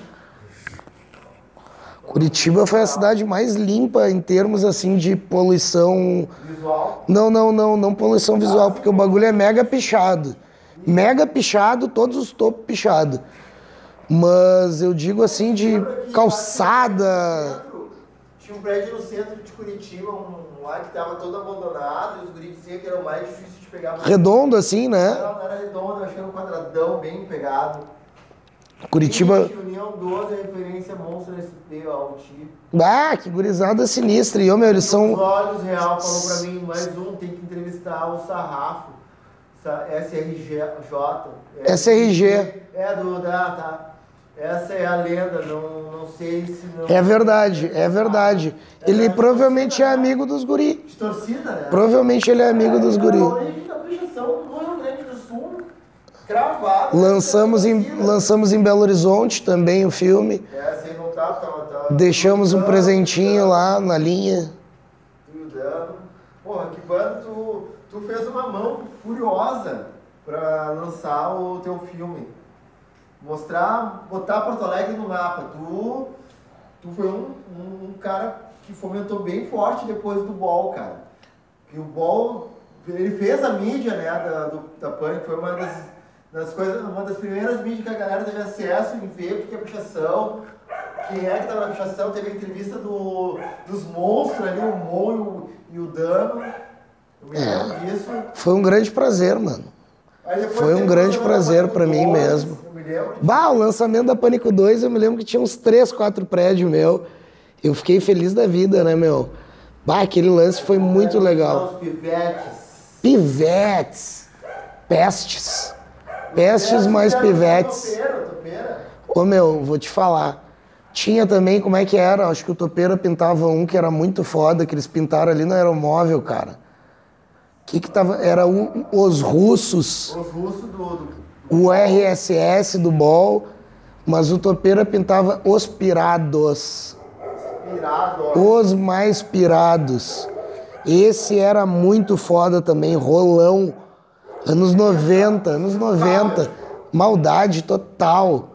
Curitiba foi a cidade mais limpa em termos, assim, de poluição... Visual? Não poluição visual, porque o bagulho é mega pichado. Mega pichado, todos os topos pichados. Mas eu digo assim, de calçada... Tinha um prédio no centro de Curitiba, lá que tava todo abandonado, e os guris diziam que era o mais difícil de pegar. Redondo, assim, né? Não era redondo, acho que era um quadradão bem pegado. Curitiba... União 12, a referência Monstro SP, ao tipo. Ah, que gurizada sinistra. E, meu, eles são... Os Olhos Real falou pra mim, mais um, tem que entrevistar o Sarrafo. SRG. Tá. Essa é a lenda, não sei se não... É verdade. Ele provavelmente é amigo dos guri. De torcida, né? Provavelmente ele é amigo dos guri. A origem da pichação no Rio Grande do Sul, cravado. Lançamos em Belo Horizonte também o filme. Sem notar, tava Deixamos um presentinho lá na linha. Porra, que banda, tu fez uma mão furiosa pra lançar o teu filme. Botar Porto Alegre no mapa. Tu foi um cara que fomentou bem forte depois do Ball, cara. Que o Ball, ele fez a mídia, né, da Pânico, foi uma das primeiras mídias que a galera teve acesso em ver, porque a pichação, quem é que tava na pichação, teve a entrevista dos monstros ali, o Mon e o Dano. Eu me lembro disso. Foi um grande prazer, mano. Foi um grande prazer pra mim mesmo. Bah, o lançamento da Pânico 2, eu me lembro que tinha uns 3, 4 prédios meu. Eu fiquei feliz da vida, né, meu? Bah, aquele lance foi muito legal. Pivetes. Pestes. Pestes mais pivetes. Ô, meu, vou te falar. Tinha também, como é que era? Acho que o Topeira pintava um que era muito foda, que eles pintaram ali no Aeromóvel, cara. Que tava... Era os russos. Os russos O RSS do Ball, mas o Topeira pintava os pirados. Os mais pirados. Esse era muito foda também, rolão. Anos 90. Maldade total.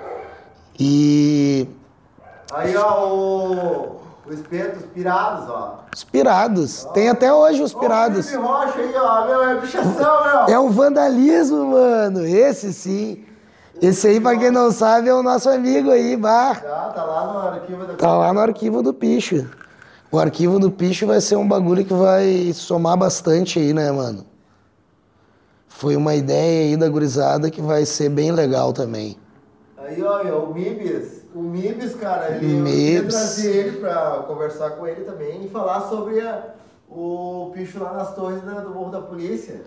E... Aí, ó, o espeto, os pirados, ó. Os pirados. Tem até hoje os pirados. O Rocha aí, ó, meu, é pichação, meu. É o vandalismo, mano. Esse sim. Esse aí, pra quem não sabe, é o nosso amigo aí, bah. Tá lá no arquivo da... Tá lá no arquivo do Picho. O arquivo do Picho vai ser um bagulho que vai somar bastante aí, né, mano? Foi uma ideia aí da gurizada que vai ser bem legal também. Aí, ó, o Mibis, cara, eu queria trazer ele pra conversar com ele também e falar sobre o Picho lá nas torres do Morro da Polícia.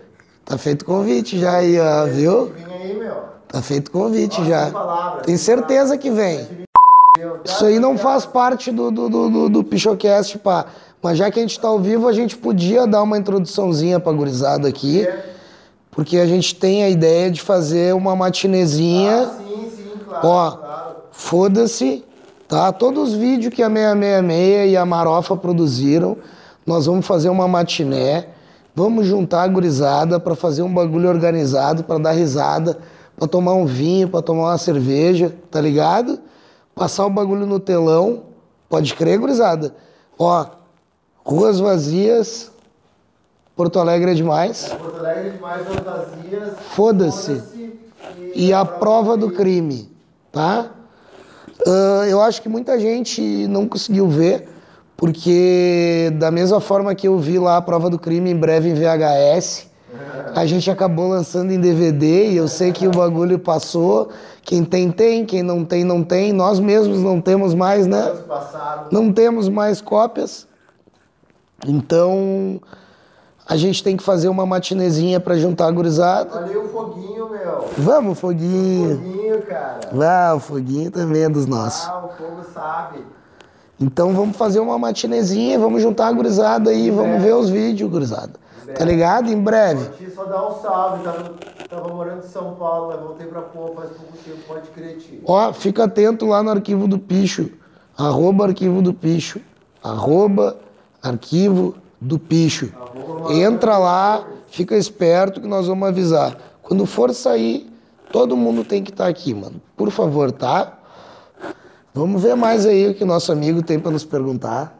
Tá feito o convite já aí, ó, viu? Vem aí, meu. Tá feito o convite Nossa, já. sem palavras, Tenho sem certeza palavras. que vem. Meu, Isso aí não faz parte do Pichocast, pá. Mas já que a gente tá ao vivo, a gente podia dar uma introduçãozinha pra gurizada aqui. Porque a gente tem a ideia de fazer uma matinezinha. Sim, claro, Ó, claro. foda-se, tá? Todos os vídeos que a 666 e a Marofa produziram, nós vamos fazer uma matiné. Vamos juntar a gurizada pra fazer um bagulho organizado, pra dar risada, pra tomar um vinho, pra tomar uma cerveja, tá ligado? Passar o bagulho no telão. Pode crer, gurizada? Ó, ruas vazias, Porto Alegre é demais. Porto Alegre demais, as vazias. Foda-se. E a prova do crime, tá? Eu acho que muita gente não conseguiu ver, porque da mesma forma que eu vi lá a prova do crime em breve em VHS, a gente acabou lançando em DVD e eu sei que o bagulho passou. Quem tem, tem. Quem não tem, não tem. Nós mesmos não temos mais, né? Não temos mais cópias. Então, a gente tem que fazer uma matinezinha pra juntar a gurizada. Olha aí o foguinho, meu. Vamos, Foguinho. Foguinho, cara. Ah, o Foguinho também é dos nossos. O fogo sabe. Então vamos fazer uma matinezinha, vamos juntar a gurizada aí, vamos ver os vídeos, gurizada. Tá ligado? Em breve. Vou te só dar um salve. Tava morando em São Paulo, mas voltei pra Pô faz pouco tempo, pode crer, tio. Ó, fica atento lá no Arquivo do Picho. @Arquivo do Picho. @Arquivo do Picho. Entra lá, fica esperto que nós vamos avisar. Quando for sair, todo mundo tem que estar aqui, mano. Por favor, tá? Vamos ver mais aí o que nosso amigo tem pra nos perguntar.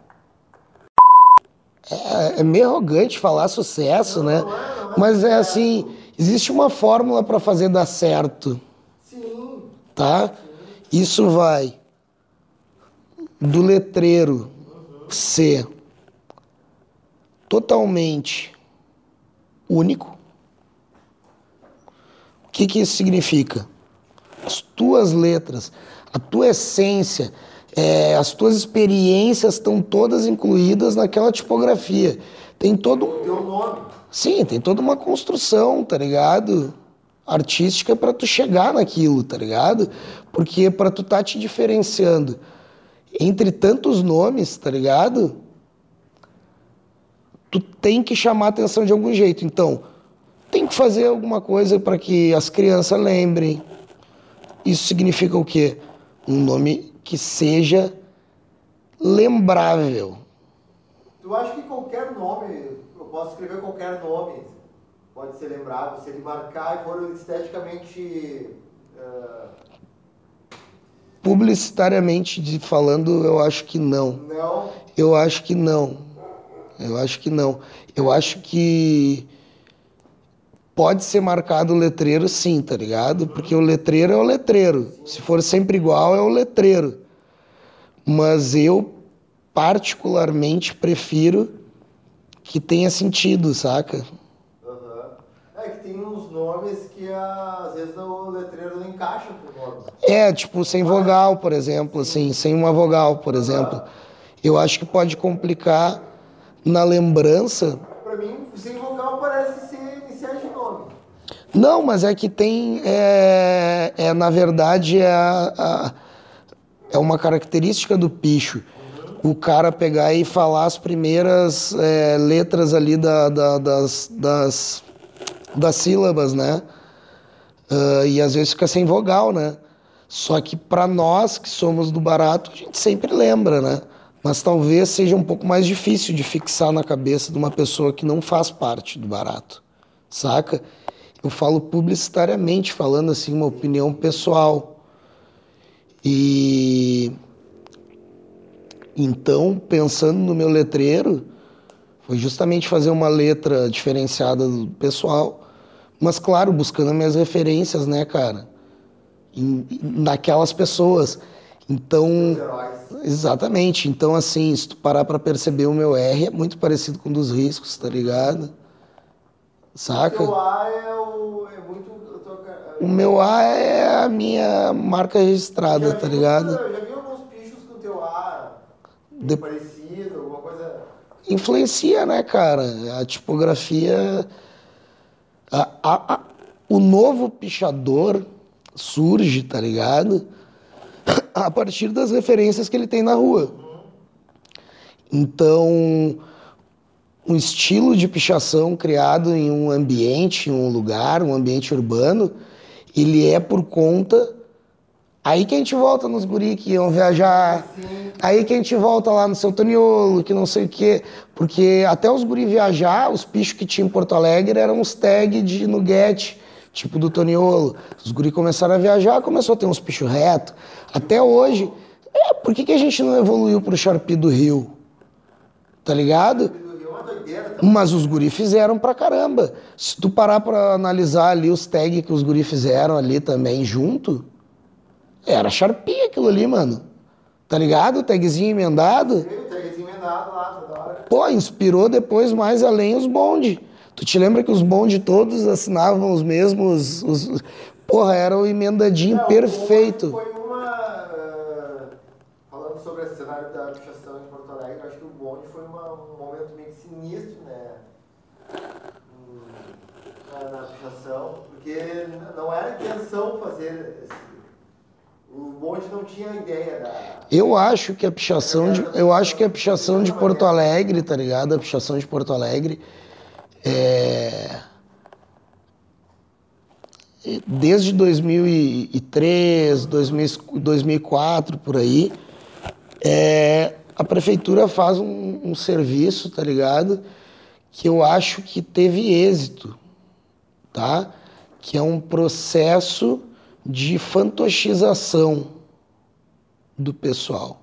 É meio arrogante falar sucesso, né? Mas é assim, existe uma fórmula pra fazer dar certo. Sim. Tá? Isso vai do letreiro ser totalmente único. O que que isso significa? As tuas letras, a tua essência, as tuas experiências estão todas incluídas naquela tipografia. Tem todo um... Teu nome. Sim, tem toda uma construção, tá ligado? Artística pra tu chegar naquilo, tá ligado? Porque pra tu tá te diferenciando entre tantos nomes, tá ligado? Tu tem que chamar a atenção de algum jeito. Então, tem que fazer alguma coisa pra que as crianças lembrem. Isso significa o quê? Um nome que seja lembrável. Tu acha que qualquer nome, eu posso escrever qualquer nome, pode ser lembrado, se ele marcar e for esteticamente... Publicitariamente falando, eu acho que não. Não? Eu acho que não. Eu acho que não. Eu acho que pode ser marcado o letreiro sim, tá ligado? Porque o letreiro é o letreiro. Se for sempre igual, é o letreiro. Mas eu particularmente prefiro que tenha sentido, saca? É que tem uns nomes que às vezes o letreiro não encaixa com o nome. Tipo, sem vogal, por exemplo, assim, sem uma vogal, por exemplo. Eu acho que pode complicar na lembrança. Pra mim, sem vogal parece ser iniciais de nome. Não, mas é que tem, na verdade, é uma característica do picho. O cara pegar e falar as primeiras letras ali das sílabas, né? E às vezes fica sem vogal, né? Só que para nós que somos do barato, a gente sempre lembra, né? Mas talvez seja um pouco mais difícil de fixar na cabeça de uma pessoa que não faz parte do barato, saca? Eu falo publicitariamente, falando assim, uma opinião pessoal. E então, pensando no meu letreiro, foi justamente fazer uma letra diferenciada do pessoal, mas claro, buscando minhas referências, né, cara? Naquelas pessoas. Então, exatamente. Então, assim, se tu parar pra perceber, o meu R é muito parecido com o dos Riscos, tá ligado? Saca? O teu A é muito... O meu A é a minha marca registrada, tá ligado? Eu já vi alguns pichos com teu A parecido, alguma coisa... Influencia, né, cara? A tipografia O novo pichador surge, tá ligado? A partir das referências que ele tem na rua. Então, um estilo de pichação criado em um ambiente, em um lugar, um ambiente urbano, ele é por conta... Aí que a gente volta nos guri que iam viajar, aí que a gente volta lá no Seu Toniolo, que não sei o quê, porque até os guri viajar, os pichos que tinha em Porto Alegre eram uns tags de nuguete, tipo do Toniolo. Os guri começaram a viajar, começou a ter uns pichos reto. Até hoje, por que a gente não evoluiu pro Sharpie do Rio? Tá ligado? Mas os guri fizeram pra caramba. Se tu parar pra analisar ali os tags que os guri fizeram ali também junto, era Sharpie aquilo ali, mano. Tá ligado? Tagzinho emendado. Tem o tagzinho emendado lá, toda hora. Pô, inspirou depois mais além os bonde. Tu te lembra que os bonde todos assinavam os mesmos... Porra, era o emendadinho perfeito. Foi uma... falando sobre esse cenário da pichação em Porto Alegre, eu acho que o bonde foi um momento meio sinistro, né? Na pichação, porque não era intenção fazer... O bonde não tinha ideia da... Eu acho que a pichação de Porto Alegre, tá ligado? A pichação de Porto Alegre desde 2003, 2004, por aí, a prefeitura faz um serviço, tá ligado? Que eu acho que teve êxito, tá? Que é um processo de fantochização do pessoal.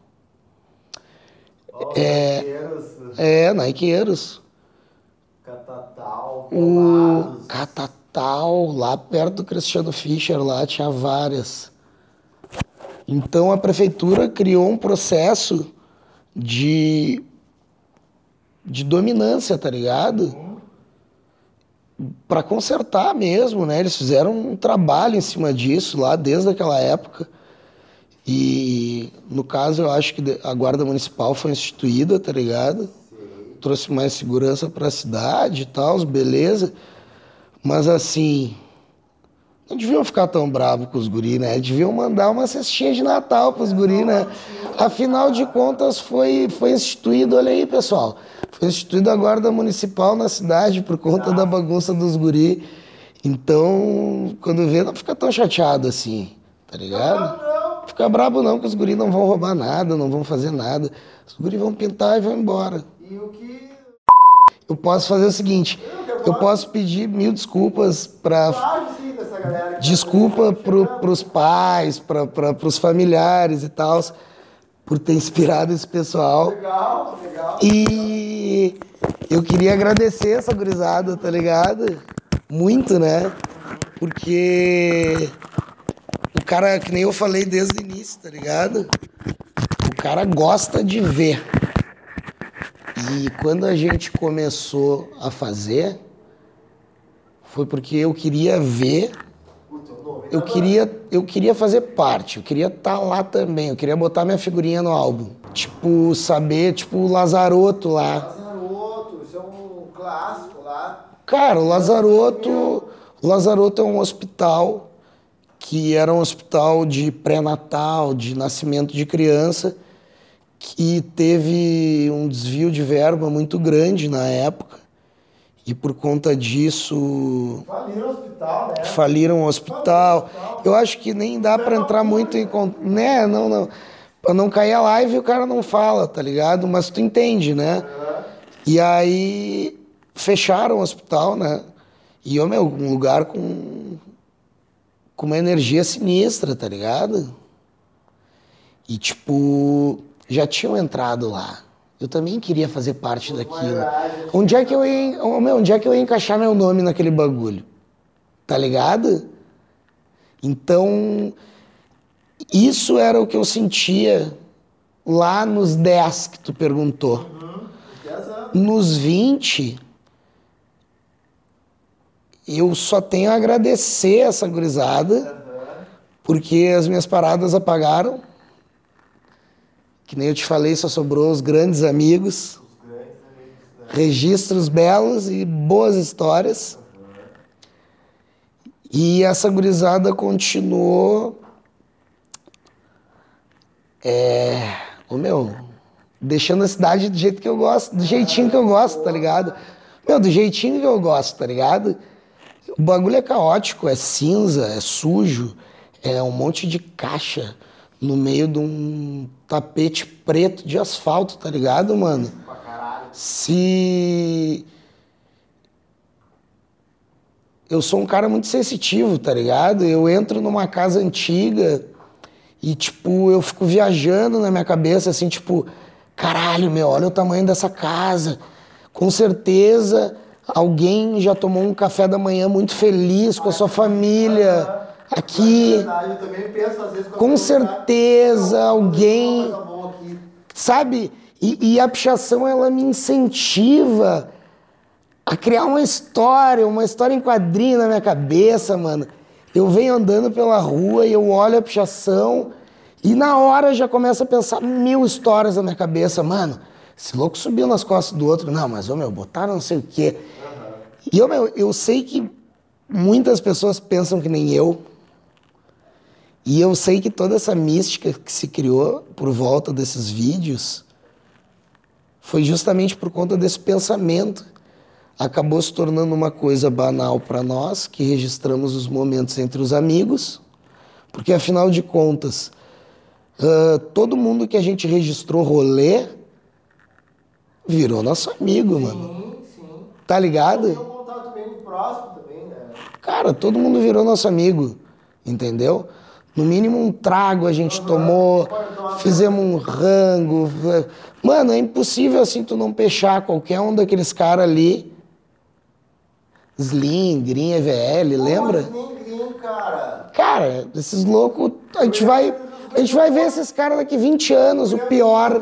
Naiqueiros. Catatal, O Catatal, lá perto do Cristiano Fischer, lá tinha várias. Então a prefeitura criou um processo de dominância, tá ligado? Para consertar mesmo, né? Eles fizeram um trabalho em cima disso lá desde aquela época. E no caso eu acho que a Guarda Municipal foi instituída, tá ligado? Trouxe mais segurança para a cidade e tal, beleza. Mas assim, não deviam ficar tão bravos com os guri, né? Deviam mandar uma cestinha de Natal pros guri, né? Afinal de contas foi instituído, olha aí, pessoal. Foi instituída a Guarda Municipal na cidade por conta da bagunça dos guri. Então, quando vê, não fica tão chateado assim, tá ligado? Não fica brabo não, que os guri não vão roubar nada, não vão fazer nada. Os guri vão pintar e vão embora. E o que... Eu posso fazer o seguinte, eu posso pedir 1000 desculpas para... Desculpa pros pais, pros familiares e tal, por ter inspirado esse pessoal. Legal, legal. E eu queria agradecer essa gurizada, tá ligado? Muito, né? Porque o cara, que nem eu falei desde o início, tá ligado? O cara gosta de ver. E quando a gente começou a fazer, foi porque eu queria ver, eu queria fazer parte, eu queria estar lá também, eu queria botar minha figurinha no álbum. Tipo, saber, tipo o Lazaroto lá. Lazaroto, isso é um clássico lá. Cara, o Lazaroto é um hospital que era um hospital de pré-natal, de nascimento de criança, que teve um desvio de verba muito grande na época. E por conta disso... Faliram o hospital, né? Faliram o hospital. Eu acho que nem dá pra entrar muito em... Né? Não. Pra não cair a live, o cara não fala, tá ligado? Mas tu entende, né? E aí fecharam o hospital, né? E, um lugar com uma energia sinistra, tá ligado? E, tipo, já tinham entrado lá. Eu também queria fazer parte daquilo. Onde é que eu ia encaixar meu nome naquele bagulho? Tá ligado? Então, isso era o que eu sentia lá nos 10 que tu perguntou. Nos 20, eu só tenho a agradecer essa gurizada, porque as minhas paradas apagaram. Que nem eu te falei, só sobrou os grandes amigos, registros belos e boas histórias. E essa gurizada continuou, deixando a cidade do jeito que eu gosto, do jeitinho que eu gosto, tá ligado? Do jeitinho que eu gosto, tá ligado? O bagulho é caótico, é cinza, é sujo, é um monte de caixa no meio de um tapete preto de asfalto, tá ligado, mano? Se... Eu sou um cara muito sensitivo, tá ligado? Eu entro numa casa antiga e, tipo, eu fico viajando na minha cabeça, assim, tipo, caralho, olha o tamanho dessa casa. Com certeza, alguém já tomou um café da manhã muito feliz com a sua família aqui. Eu também penso, às vezes, com certeza, alguém... Sabe? E a pichação, ela me incentiva a criar uma história em quadrinho na minha cabeça, mano. Eu venho andando pela rua e eu olho a pichação e na hora já começo a pensar 1000 histórias na minha cabeça. Mano, esse louco subiu nas costas do outro. Não, mas, botaram não sei o quê. E eu sei que muitas pessoas pensam que nem eu. E eu sei que toda essa mística que se criou por volta desses vídeos foi justamente por conta desse pensamento. Acabou se tornando uma coisa banal para nós, que registramos os momentos entre os amigos, porque, afinal de contas, todo mundo que a gente registrou rolê virou nosso amigo, mano. Sim. Tá ligado? Tem um contato bem próximo também, né? Cara, todo mundo virou nosso amigo, entendeu? No mínimo um trago a gente tomou, fizemos um rango. Mano, é impossível assim tu não pechar qualquer um daqueles caras ali. Slim, Green, EVL, lembra? Nem Green, cara. Cara, esses loucos, a gente vai ver esses caras daqui 20 anos, o pior,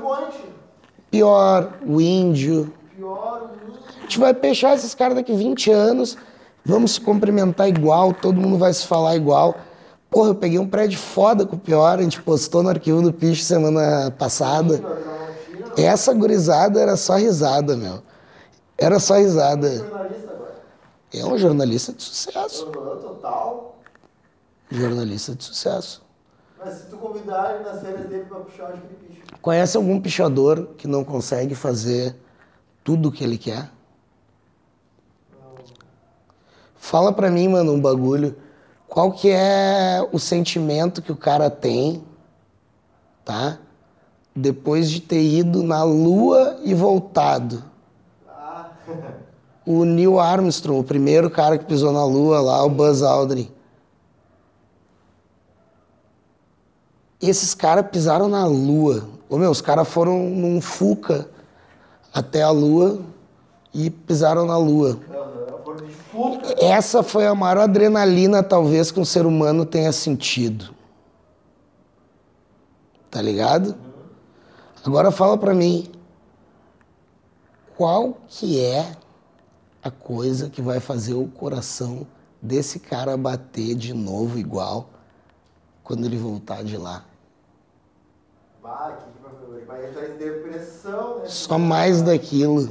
o índio. A gente vai pechar esses caras daqui 20 anos, vamos se cumprimentar igual, todo mundo vai se falar igual. Porra, eu peguei um prédio foda com o pior, a gente postou no arquivo do Picho semana passada. Essa gurizada era só risada, Era só risada. É um jornalista de sucesso. Total. Jornalista de sucesso. Mas se tu convidar ele nas férias dele pra puxar, acho que ele picha. Conhece algum pichador que não consegue fazer tudo o que ele quer? Não. Fala pra mim, mano, um bagulho. Qual que é o sentimento que o cara tem, tá? Depois de ter ido na Lua e voltado. O Neil Armstrong, o primeiro cara que pisou na Lua lá, o Buzz Aldrin. Esses caras pisaram na Lua. Os caras foram num Fuca até a Lua e pisaram na Lua. Essa foi a maior adrenalina, talvez, que um ser humano tenha sentido. Tá ligado? Agora fala pra mim, qual que é a coisa que vai fazer o coração desse cara bater de novo igual quando ele voltar de lá? Ele vai entrar em depressão, né? Só mais daquilo.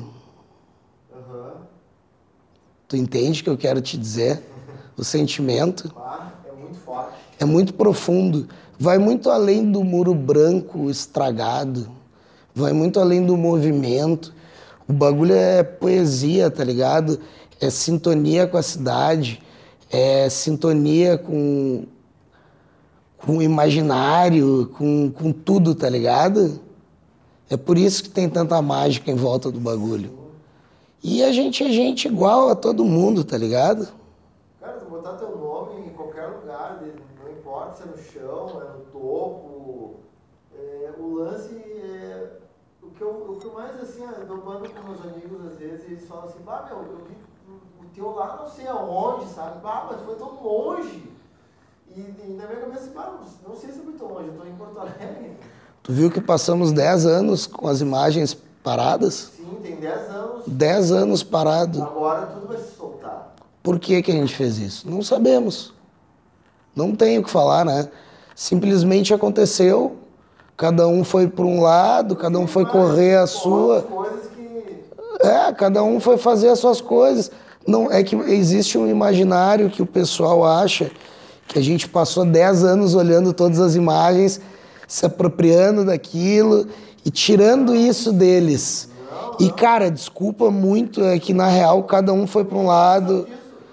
Tu entende o que eu quero te dizer? O sentimento É muito forte. é muito profundo. Vai muito além do muro branco estragado. Vai muito além do movimento. O bagulho é poesia, tá ligado? É sintonia com a cidade. É sintonia com o imaginário, com tudo, tá ligado? É por isso que tem tanta mágica em volta do bagulho. E a gente é gente igual a todo mundo, tá ligado? Cara, tu botar teu nome em qualquer lugar, não importa se é no chão, é no topo, o lance é... O que eu mais, assim, eu bando com meus amigos, às vezes, eles falam assim, eu vi o teu lá não sei aonde, sabe? Mas foi tão longe. E na minha cabeça, não sei se foi tão longe, eu tô em Porto Alegre. Tu viu que passamos 10 anos com as imagens paradas? Sim, tem 10 anos. 10 anos parado. Agora tudo vai se soltar. Por que a gente fez isso? Não sabemos. Não tem o que falar, né? Simplesmente aconteceu, cada um foi por um lado, cada um foi correr a sua... Coisas que... cada um foi fazer as suas coisas. Não, é que existe um imaginário que o pessoal acha que a gente passou 10 anos olhando todas as imagens, se apropriando daquilo e tirando isso deles. E, cara, desculpa muito, é que na real cada um foi para um lado,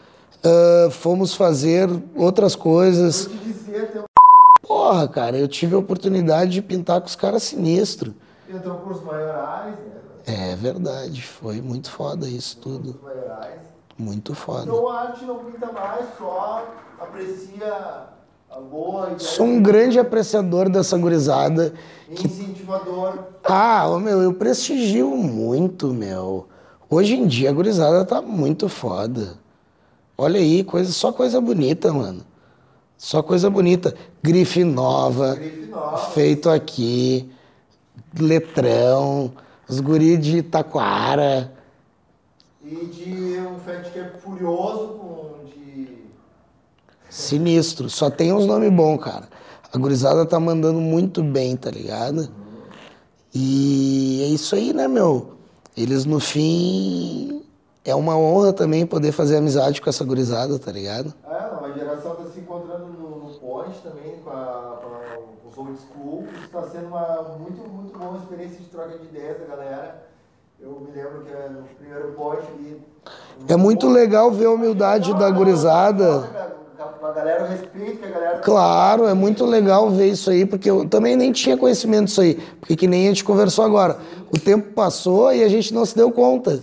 fomos fazer outras coisas. Vou te dizer, tem Porra, cara, eu tive a oportunidade de pintar com os caras sinistros. entrou por os maiorais, né? É verdade, foi muito foda isso tudo. Os maiorais. Muito foda. Então a arte não pinta mais, só aprecia a boa ideia. Sou um grande apreciador dessa gurizada. Incentivador. Ah, ô, meu, eu prestigio muito, meu. Hoje em dia a gurizada tá muito foda. Olha aí, só coisa bonita, mano. Só coisa bonita. Grife nova, Grife nova. feito aqui, letrão, os guri de Taquara. E de um Fat Cap furioso com de. Sinistro. Só tem uns nomes bons, cara. A gurizada tá mandando muito bem, tá ligado? E é isso aí, né, meu? Eles, no fim, é uma honra também poder fazer amizade com essa gurizada, tá ligado? É, a nova geração está se encontrando no Point também, com os old school. Isso está sendo uma muito boa experiência de troca de ideias da galera. Eu me lembro que no primeiro Point ali. É muito legal ver a humildade da gurizada. A galera, o respeito que a galera. Claro, é muito legal ver isso aí, porque eu também nem tinha conhecimento disso aí, porque que nem a gente conversou agora. O tempo passou e a gente não se deu conta.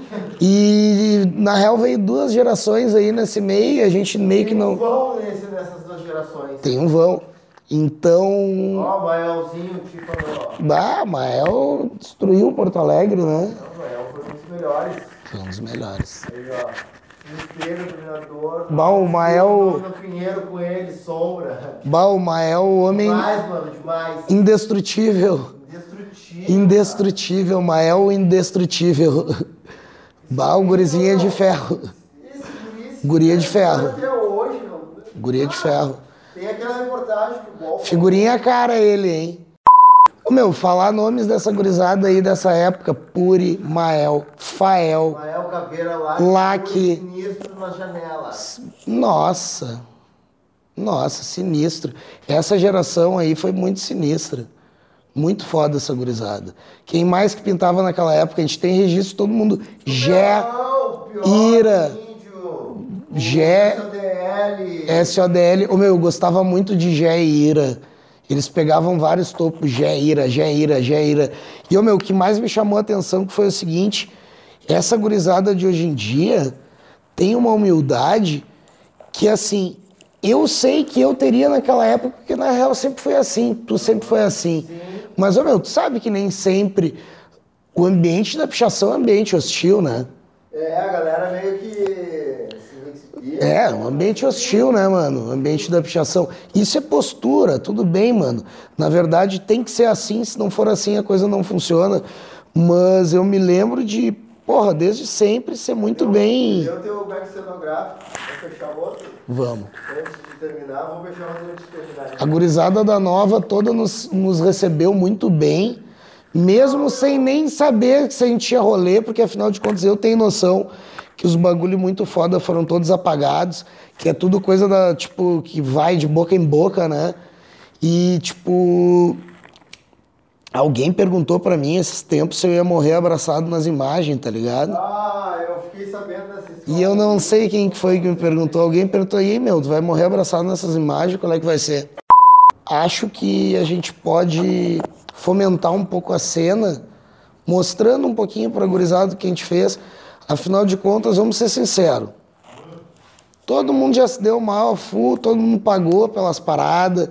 E na real veio 2 gerações aí nesse meio, e a gente meio que não. Tem um vão nessas 2 gerações. Tem um vão. Então. Ó, o Maelzinho, tipo, ó. Bah, Mael destruiu Porto Alegre, né? Não, o Mael foi um dos melhores. Foi um dos melhores. Aí, ó. Inteiro, treinador. Bah, o Mael. No Pinheiro com ele, sombra. Bah, o Mael, homem Demais, mano, demais. indestrutível. Indestrutível. Indestrutível, Mael indestrutível. Bah, o gurizinho é de ferro. Esse Guria de ferro. Até hoje, não. Guria de ferro. Tem aquela reportagem que o Golf. Figurinha cara ele, hein? Ô, meu, falar nomes dessa gurizada aí dessa época. Puri, Mael, Fael. Mael Caveira lá. Laque. Sinistro na janela. Nossa. Nossa, sinistro. Essa geração aí foi muito sinistra. Muito foda essa gurizada. Quem mais que pintava naquela época? A gente tem registro, todo mundo. Gé, Ira, Gé, SODL. Ô, meu, eu gostava muito de Gé e Ira. Eles pegavam vários topos, Gé, Ira, Gé, Ira, Gé, Ira. E, ô, meu, o que mais me chamou a atenção que foi o seguinte, essa gurizada de hoje em dia tem uma humildade que, assim, eu sei que eu teria naquela época, porque na real sempre foi assim, tu sempre foi assim. Sim. Mas, ô, meu, tu sabe que nem sempre o ambiente da pichação é um ambiente hostil, né? É, a galera meio que... É, um ambiente hostil, né, mano? O ambiente da pichação. Isso é postura, tudo bem, mano. Na verdade, tem que ser assim, se não for assim, a coisa não funciona. Mas eu me lembro de, porra, desde sempre ser muito bem... Eu tenho o back cenográfico, vou fechar outro? Vamos. Antes de terminar, vamos fechar outro antes de terminar. A gurizada da Nova toda nos recebeu muito bem, mesmo sem nem saber se a gente ia rolê, porque afinal de contas eu tenho noção que os bagulho muito foda foram todos apagados, que é tudo coisa da, tipo, que vai de boca em boca, né? E, tipo, alguém perguntou pra mim esses tempos se eu ia morrer abraçado nas imagens, tá ligado? Ah, eu fiquei sabendo dessa história. E eu não sei quem que foi que me perguntou. Alguém perguntou, aí, meu, tu vai morrer abraçado nessas imagens, qual é que vai ser? Acho que a gente pode fomentar um pouco a cena, mostrando um pouquinho pra gurizada o que a gente fez. Afinal de contas, vamos ser sinceros. Todo mundo já se deu mal, todo mundo pagou pelas paradas,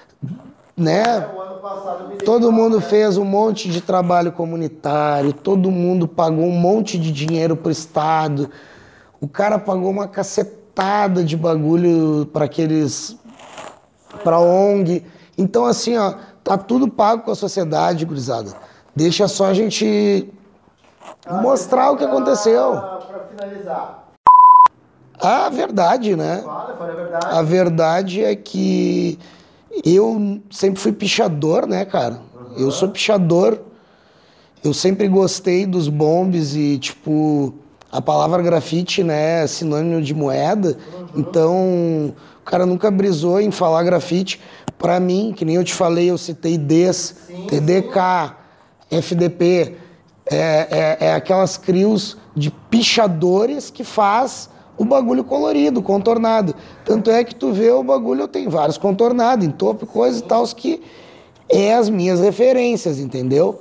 né? O ano passado me Todo mundo fez um monte de trabalho comunitário, todo mundo pagou um monte de dinheiro pro Estado. O cara pagou uma cacetada de bagulho pra ONG. Então, assim, ó, tá tudo pago com a sociedade, gurizada. Deixa só a gente mostrar o que aconteceu. Pra finalizar. A verdade, né? Fala a verdade. A verdade é que eu sempre fui pichador, né, cara? Eu sou pichador. Eu sempre gostei dos bombes e, tipo, a palavra grafite, né, é sinônimo de moeda, então o cara nunca brisou em falar grafite. Pra mim, que nem eu te falei, eu citei DES, TDK, FDP, é aquelas crios de pichadores que faz o bagulho colorido, contornado. Tanto é que tu vê o bagulho, tem vários contornados, em topo, coisa e tal, que é as minhas referências, entendeu?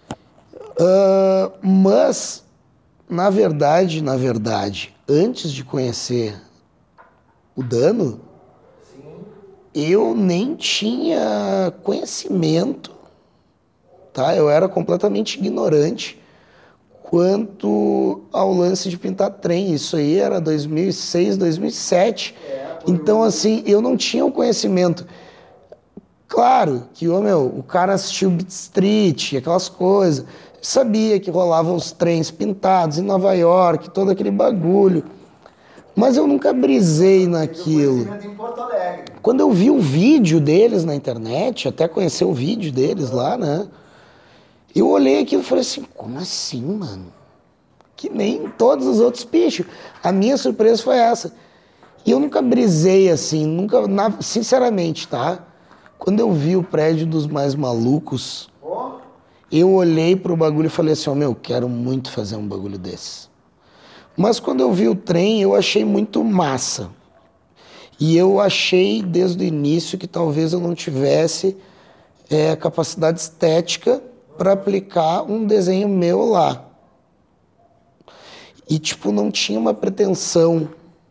Mas, na verdade, antes de conhecer o Dano, eu nem tinha conhecimento, tá? Eu era completamente ignorante quanto ao lance de pintar trem. Isso aí era 2006, 2007. Então, assim, eu não tinha o conhecimento. Claro que, o cara assistiu Beat Street, aquelas coisas, sabia que rolavam os trens pintados em Nova York, todo aquele bagulho. Mas eu nunca brisei naquilo. Em Porto Alegre. Quando eu vi o vídeo deles na internet, até conhecer o vídeo deles lá, né? Eu olhei aquilo e falei assim, como assim, mano? Que nem todos os outros bichos. A minha surpresa foi essa. E eu nunca brisei assim, sinceramente, tá? Quando eu vi o prédio dos mais malucos, eu olhei pro bagulho e falei assim, quero muito fazer um bagulho desse. Mas quando eu vi o trem, eu achei muito massa. E eu achei desde o início que talvez eu não tivesse capacidade estética para aplicar um desenho meu lá. E, não tinha uma pretensão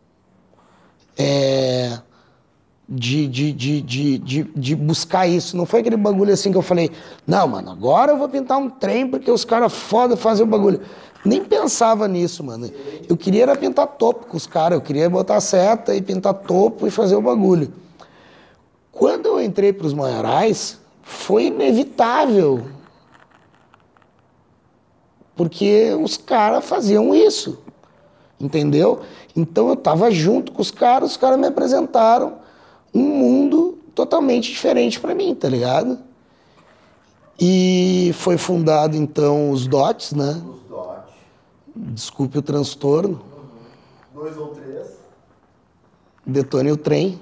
de buscar isso. Não foi aquele bagulho assim que eu falei, não, mano, agora eu vou pintar um trem porque os caras foda fazem o bagulho. Nem pensava nisso, mano. Eu queria era pintar topo com os caras, eu queria botar seta e pintar topo e fazer o bagulho. Quando eu entrei pros maiorais, foi inevitável. Porque os caras faziam isso, entendeu? Então eu tava junto com os caras me apresentaram um mundo totalmente diferente para mim, tá ligado? E foi fundado então os DOTs, né? Os DOT. Desculpe o transtorno. 2 ou 3. Detone o trem.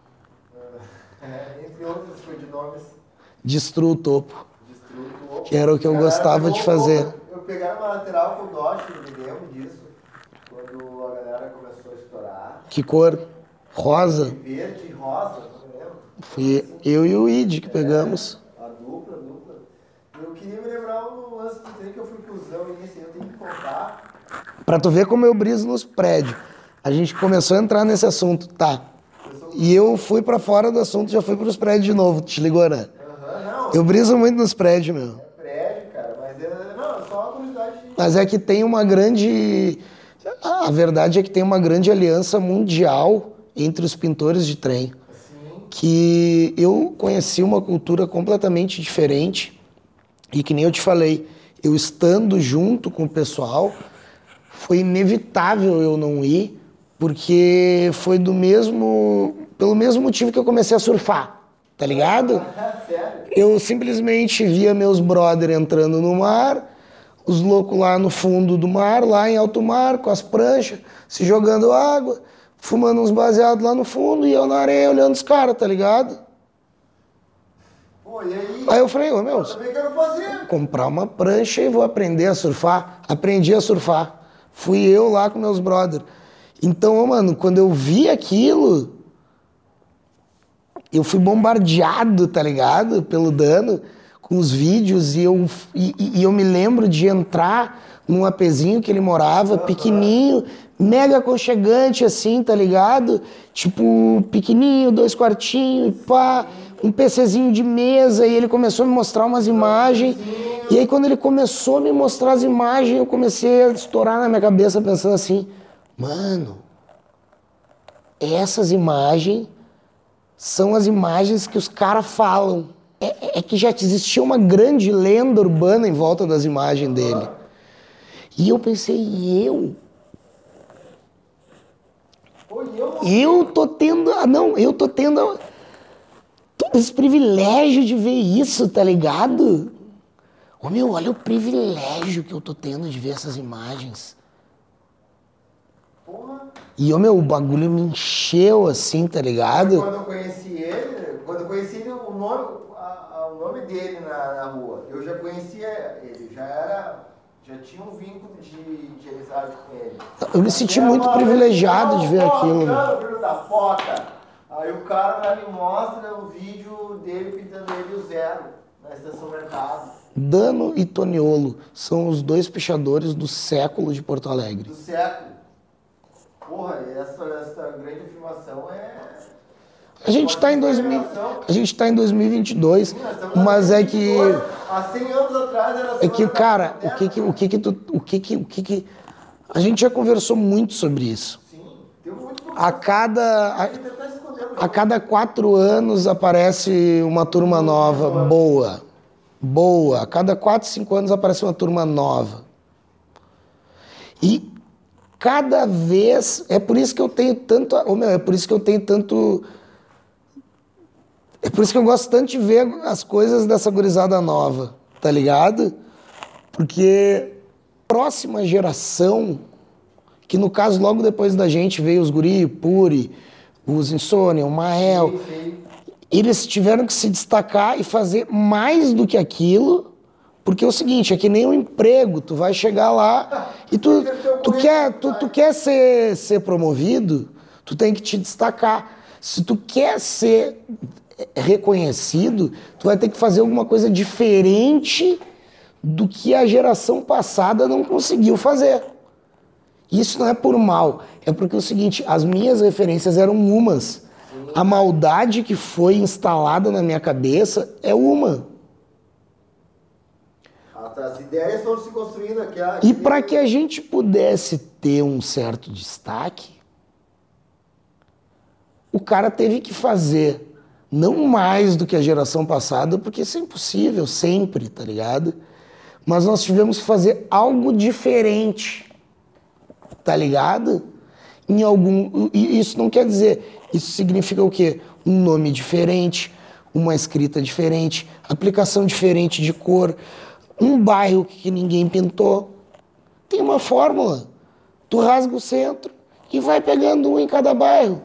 Entre outros codinomes. Destrua o topo. Destrua o topo. Que era o que eu gostava de fazer. Eu pegava uma lateral com o DOT, eu me lembro disso. Quando a galera começou a estourar. Que cor? Rosa? Verde e rosa, não me lembro. Foi eu e o Id que pegamos. A dupla. Eu queria me lembrar um lance do trem que eu fui cuzão e isso eu tenho que contar. Pra tu ver como eu briso nos prédios. A gente começou a entrar nesse assunto, tá? E eu fui pra fora do assunto, já fui pros prédios de novo, te ligou, né? Não. Eu briso muito nos prédios, meu. Prédio, cara, mas é só uma curiosidade. Mas é que tem uma grande... A verdade é que tem uma grande aliança mundial entre os pintores de trem. Sim. Que eu conheci uma cultura completamente diferente e que nem eu te falei, eu estando junto com o pessoal, foi inevitável eu não ir, porque foi pelo mesmo motivo que eu comecei a surfar, tá ligado? Sério? Eu simplesmente via meus brother entrando no mar, os loucos lá no fundo do mar, lá em alto mar, com as pranchas, se jogando água, fumando uns baseados lá no fundo e eu na areia olhando os caras, tá ligado? Pô, e aí? Aí eu falei, Eu também quero fazer. comprar uma prancha e vou aprender a surfar. Aprendi a surfar. Fui eu lá com meus brother. Então, mano, quando eu vi aquilo, eu fui bombardeado, tá ligado? Pelo Dano, com os vídeos, e eu me lembro de entrar num apezinho que ele morava, pequenininho, mega aconchegante, assim, tá ligado? Tipo, pequenininho, 2 quartinhos, e pá, um PCzinho de mesa, e ele começou a me mostrar umas imagens, e aí quando ele começou a me mostrar as imagens, eu comecei a estourar na minha cabeça, pensando assim, mano, essas imagens são as imagens que os caras falam. É que já existia uma grande lenda urbana em volta das imagens dele. E eu pensei, eu tô tendo todo esse privilégio de ver isso, tá ligado? Olha o privilégio que eu tô tendo de ver essas imagens. E, ô, meu, o bagulho me encheu, assim, tá ligado? Quando eu conheci ele, o nome dele na rua, eu já conhecia ele, já tinha um vínculo de amizade com ele. Eu me senti muito privilegiado de ver aquilo. Cara, filho da foca. Aí o cara me mostra o vídeo dele pintando ele o zero na estação Mercado. Dano e Toniolo são os 2 pichadores do século de Porto Alegre. Do século. Porra, essa grande afirmação é... A gente tá em 2022, Sim, mas é que... Há 100 anos atrás era... É que, cara, o que a gente já conversou muito sobre isso. Sim, tem muito... A cada 4 anos aparece uma turma nova, boa. A cada 4, 5 anos aparece uma turma nova. E cada vez, é por isso que eu tenho tanto, é por isso que eu gosto tanto de ver as coisas dessa gurizada nova, tá ligado? Porque a próxima geração, que no caso logo depois da gente veio os guri, Puri, os Insônia, o Mael, eles tiveram que se destacar e fazer mais do que aquilo, porque é o seguinte, é que nem um emprego, tu vai chegar lá e tu quer ser promovido, tu tem que te destacar. Se tu quer ser reconhecido, tu vai ter que fazer alguma coisa diferente do que a geração passada não conseguiu fazer. Isso não é por mal, é porque é o seguinte, as minhas referências eram umas. A maldade que foi instalada na minha cabeça é uma. As ideias foram se construindo aqui. E para que a gente pudesse ter um certo destaque, o cara teve que fazer não mais do que a geração passada, porque isso é impossível sempre, tá ligado? Mas nós tivemos que fazer algo diferente, tá ligado? E isso não quer dizer, isso significa o quê? Um nome diferente, uma escrita diferente, aplicação diferente de cor, um bairro que ninguém pintou. Tem uma fórmula. Tu rasga o centro e vai pegando um em cada bairro.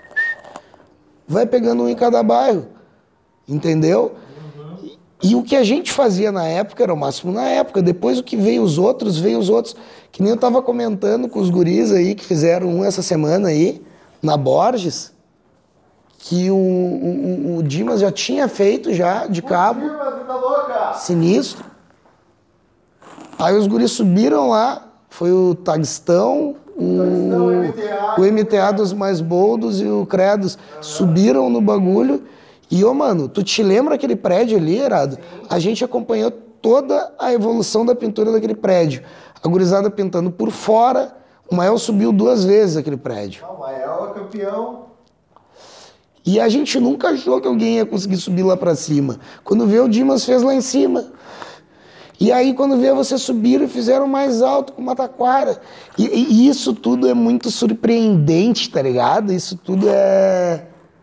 Entendeu? E o que a gente fazia na época era o máximo na época. Depois o que veio os outros. Que nem eu tava comentando com os guris aí, que fizeram um essa semana aí, na Borges, que o Dimas já tinha feito já, de cabo. Sinistro. Aí os guris subiram lá, foi o Tagstão, o MTA dos mais boldos e o Credos subiram no bagulho. E, mano, tu te lembra aquele prédio ali, Herado? A gente acompanhou toda a evolução da pintura daquele prédio. A gurizada pintando por fora, o Mael subiu 2 vezes aquele prédio. O Mael é campeão. E a gente nunca achou que alguém ia conseguir subir lá pra cima. Quando vê, o Dimas fez lá em cima. E aí, quando vê, vocês subiram e fizeram mais alto com o Mataquara. E isso tudo é muito surpreendente, tá ligado? Isso tudo é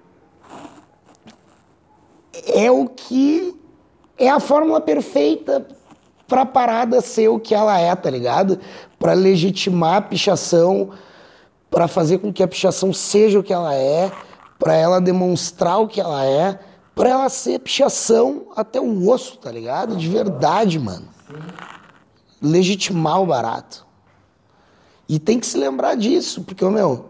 o que é a fórmula perfeita pra parada ser o que ela é, tá ligado? Pra legitimar a pichação, pra fazer com que a pichação seja o que ela é, pra ela demonstrar o que ela é, pra ela ser pichação até o osso, tá ligado? De verdade, mano. Legitimar o barato. E tem que se lembrar disso, porque, meu...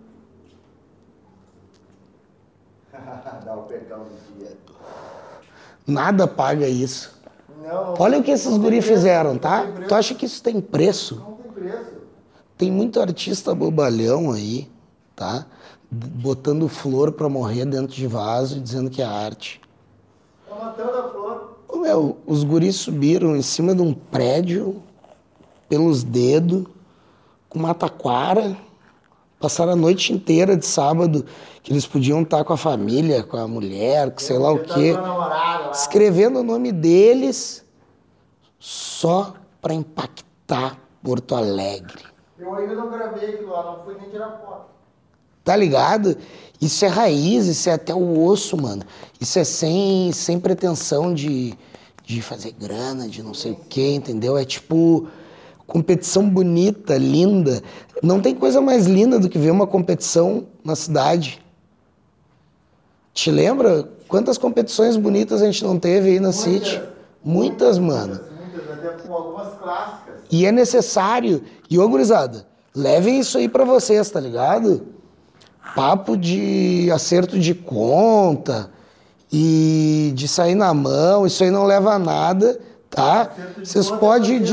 Dá o pecão do dia. Nada paga isso. Não, olha o que esses guri fizeram, tá? Não tem preço. Tu acha que isso tem preço? Não tem preço. Tem muito artista bobalhão aí, tá? Botando flor pra morrer dentro de vaso e dizendo que é arte. Tá matando a flor. Ô, meu, os guris subiram em cima de um prédio, pelos dedos, com uma taquara, passaram a noite inteira de sábado, que eles podiam estar com a família, com a mulher, com sei lá o quê, escrevendo o nome deles só pra impactar Porto Alegre. Eu ainda não gravei aquilo lá, não fui nem tirar foto. Tá ligado? Isso é raiz, isso é até o osso, mano. Isso é sem pretensão de fazer grana, de não sei o quê, entendeu? É tipo competição bonita, linda. Não tem coisa mais linda do que ver uma competição na cidade. Te lembra? Quantas competições bonitas a gente não teve aí na City? Muitas, mano. Muitas, até com algumas clássicas. E é necessário. E, ô, gurizada, levem isso aí pra vocês, tá ligado? Papo de acerto de conta e de sair na mão, isso aí não leva a nada, tá? Vocês podem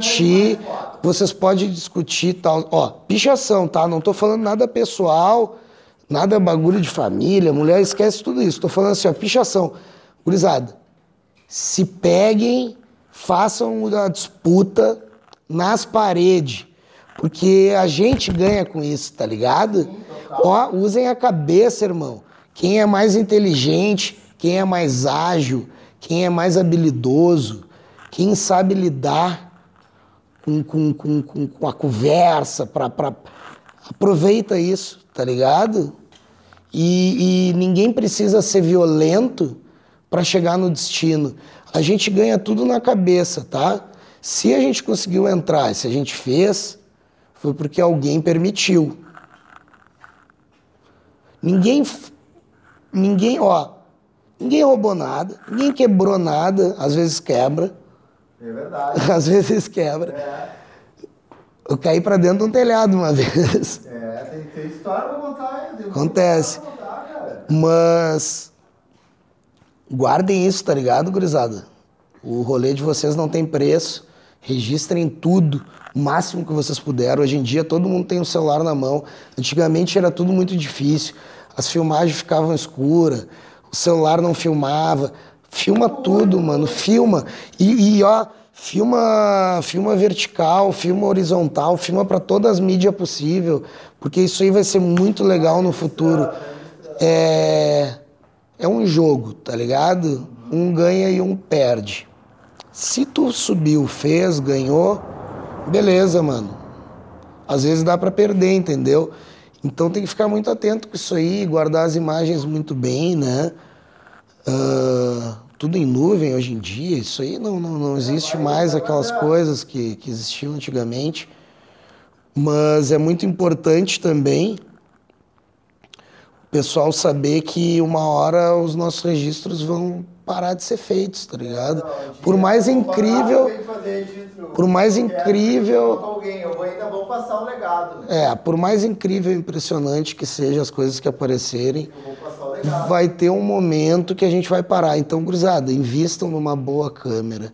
discutir tal. Ó, pichação, tá? Não tô falando nada pessoal, nada bagulho de família, mulher, esquece tudo isso. Tô falando assim, ó, pichação. Gurizada, se peguem, façam a disputa nas paredes, porque a gente ganha com isso, tá ligado? Ó, usem a cabeça, irmão. Quem é mais inteligente, quem é mais ágil, quem é mais habilidoso, quem sabe lidar com a conversa, aproveita isso, tá ligado? E ninguém precisa ser violento para chegar no destino. A gente ganha tudo na cabeça, tá? Se a gente conseguiu entrar, se a gente fez, foi porque alguém permitiu. Ninguém roubou nada, ninguém quebrou nada, às vezes quebra. É verdade. Às vezes quebra. É. Eu caí pra dentro de um telhado uma vez. Tem história pra contar, hein? Acontece. Pra contar, cara. Mas guardem isso, tá ligado, gurizada? O rolê de vocês não tem preço. Registrem tudo, o máximo que vocês puderam. Hoje em dia todo mundo tem um celular na mão. Antigamente era tudo muito difícil. As filmagens ficavam escuras, o celular não filmava. Filma tudo, mano, filma. Ó, filma vertical, filma horizontal, filma pra todas as mídias possível, porque isso aí vai ser muito legal no futuro. É um jogo, tá ligado? Um ganha e um perde. Se tu subiu, fez, ganhou, beleza, mano. Às vezes dá pra perder, entendeu? Então tem que ficar muito atento com isso aí, guardar as imagens muito bem, né? Tudo em nuvem hoje em dia, isso aí não existe mais aquelas coisas que existiam antigamente. Mas é muito importante também o pessoal saber que uma hora os nossos registros vão parar de ser feitos, tá ligado? Por mais incrível... Passar um legado. Por mais incrível e impressionante que sejam as coisas que aparecerem, vai ter um momento que a gente vai parar. Então, gurizada, invistam numa boa câmera.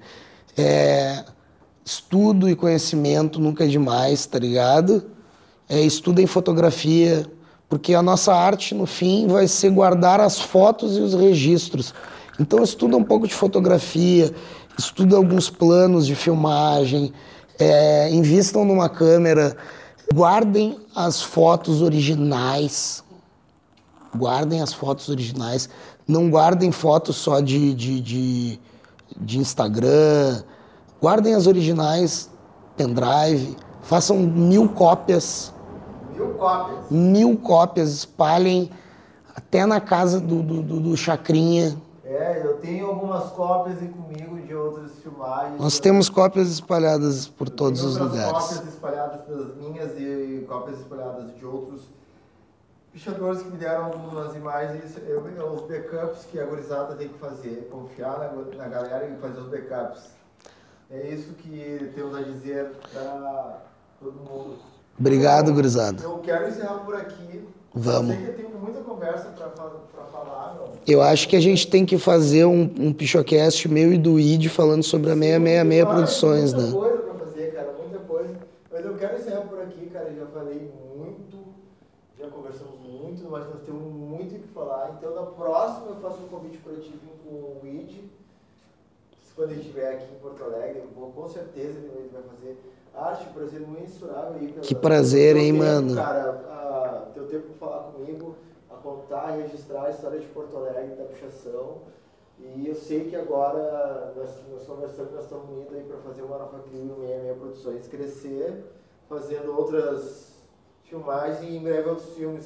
Estudo e conhecimento nunca é demais, tá ligado? Estudem fotografia, porque a nossa arte, no fim, vai ser guardar as fotos e os registros. Então, estuda um pouco de fotografia, estuda alguns planos de filmagem, invistam numa câmera, guardem as fotos originais. Guardem as fotos originais. Não guardem fotos só de Instagram. Guardem as originais, pendrive. Façam 1000 cópias. 1000 cópias? 1000 cópias. Espalhem até na casa do Chacrinha. Eu tenho algumas cópias aí comigo de outras filmagens. Nós temos cópias espalhadas por todos os lugares. Cópias espalhadas das minhas e cópias espalhadas de outros pichadores que me deram algumas imagens. Os backups que a gurizada tem que fazer, confiar na galera e fazer os backups. É isso que temos a dizer para todo mundo. Obrigado, gurizada. Eu quero encerrar por aqui. Vamos. Eu sei que eu tenho muita conversa para falar, não. Eu acho que a gente tem que fazer um Pichocast meu e do ID falando sobre a 666 Produções, né? Muita coisa para fazer, cara, muita coisa. Mas eu quero encerrar por aqui, cara. Eu já falei muito, já conversamos muito, mas nós temos muito o que falar. Então, na próxima, eu faço um convite para ti vir com o ID. Quando ele estiver aqui em Porto Alegre, com certeza ele vai fazer arte, prazer mensurável aí. Que prazer, hein, tempo, mano? Cara, teu tempo para falar comigo, a contar e registrar a história de Porto Alegre, da pichação. E eu sei que agora nós conversamos, nós estamos indo aí para fazer uma Nova Crio 666 Produções crescer, fazendo outras filmagens e em breve outros filmes.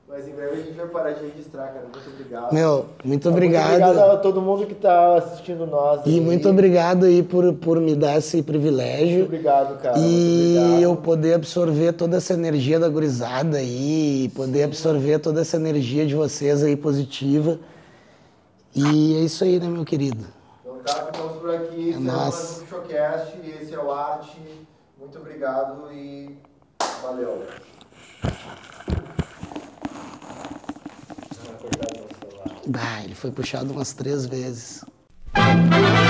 Mas em breve a gente vai parar de registrar, cara. Muito obrigado. Meu, muito Muito obrigado. obrigado a todo mundo que tá assistindo nós. E aí. muito obrigado aí por me dar esse privilégio. Muito obrigado, cara. Muito E obrigado. eu poder absorver toda essa energia da gurizada aí, poder absorver toda essa energia de vocês aí positiva. E é isso aí, né, meu querido? Então tá, ficamos por aqui. Esse é nóis. mais um Bichocast, esse é o Arte. Muito obrigado e valeu. Bah, ele foi puxado umas 3 vezes.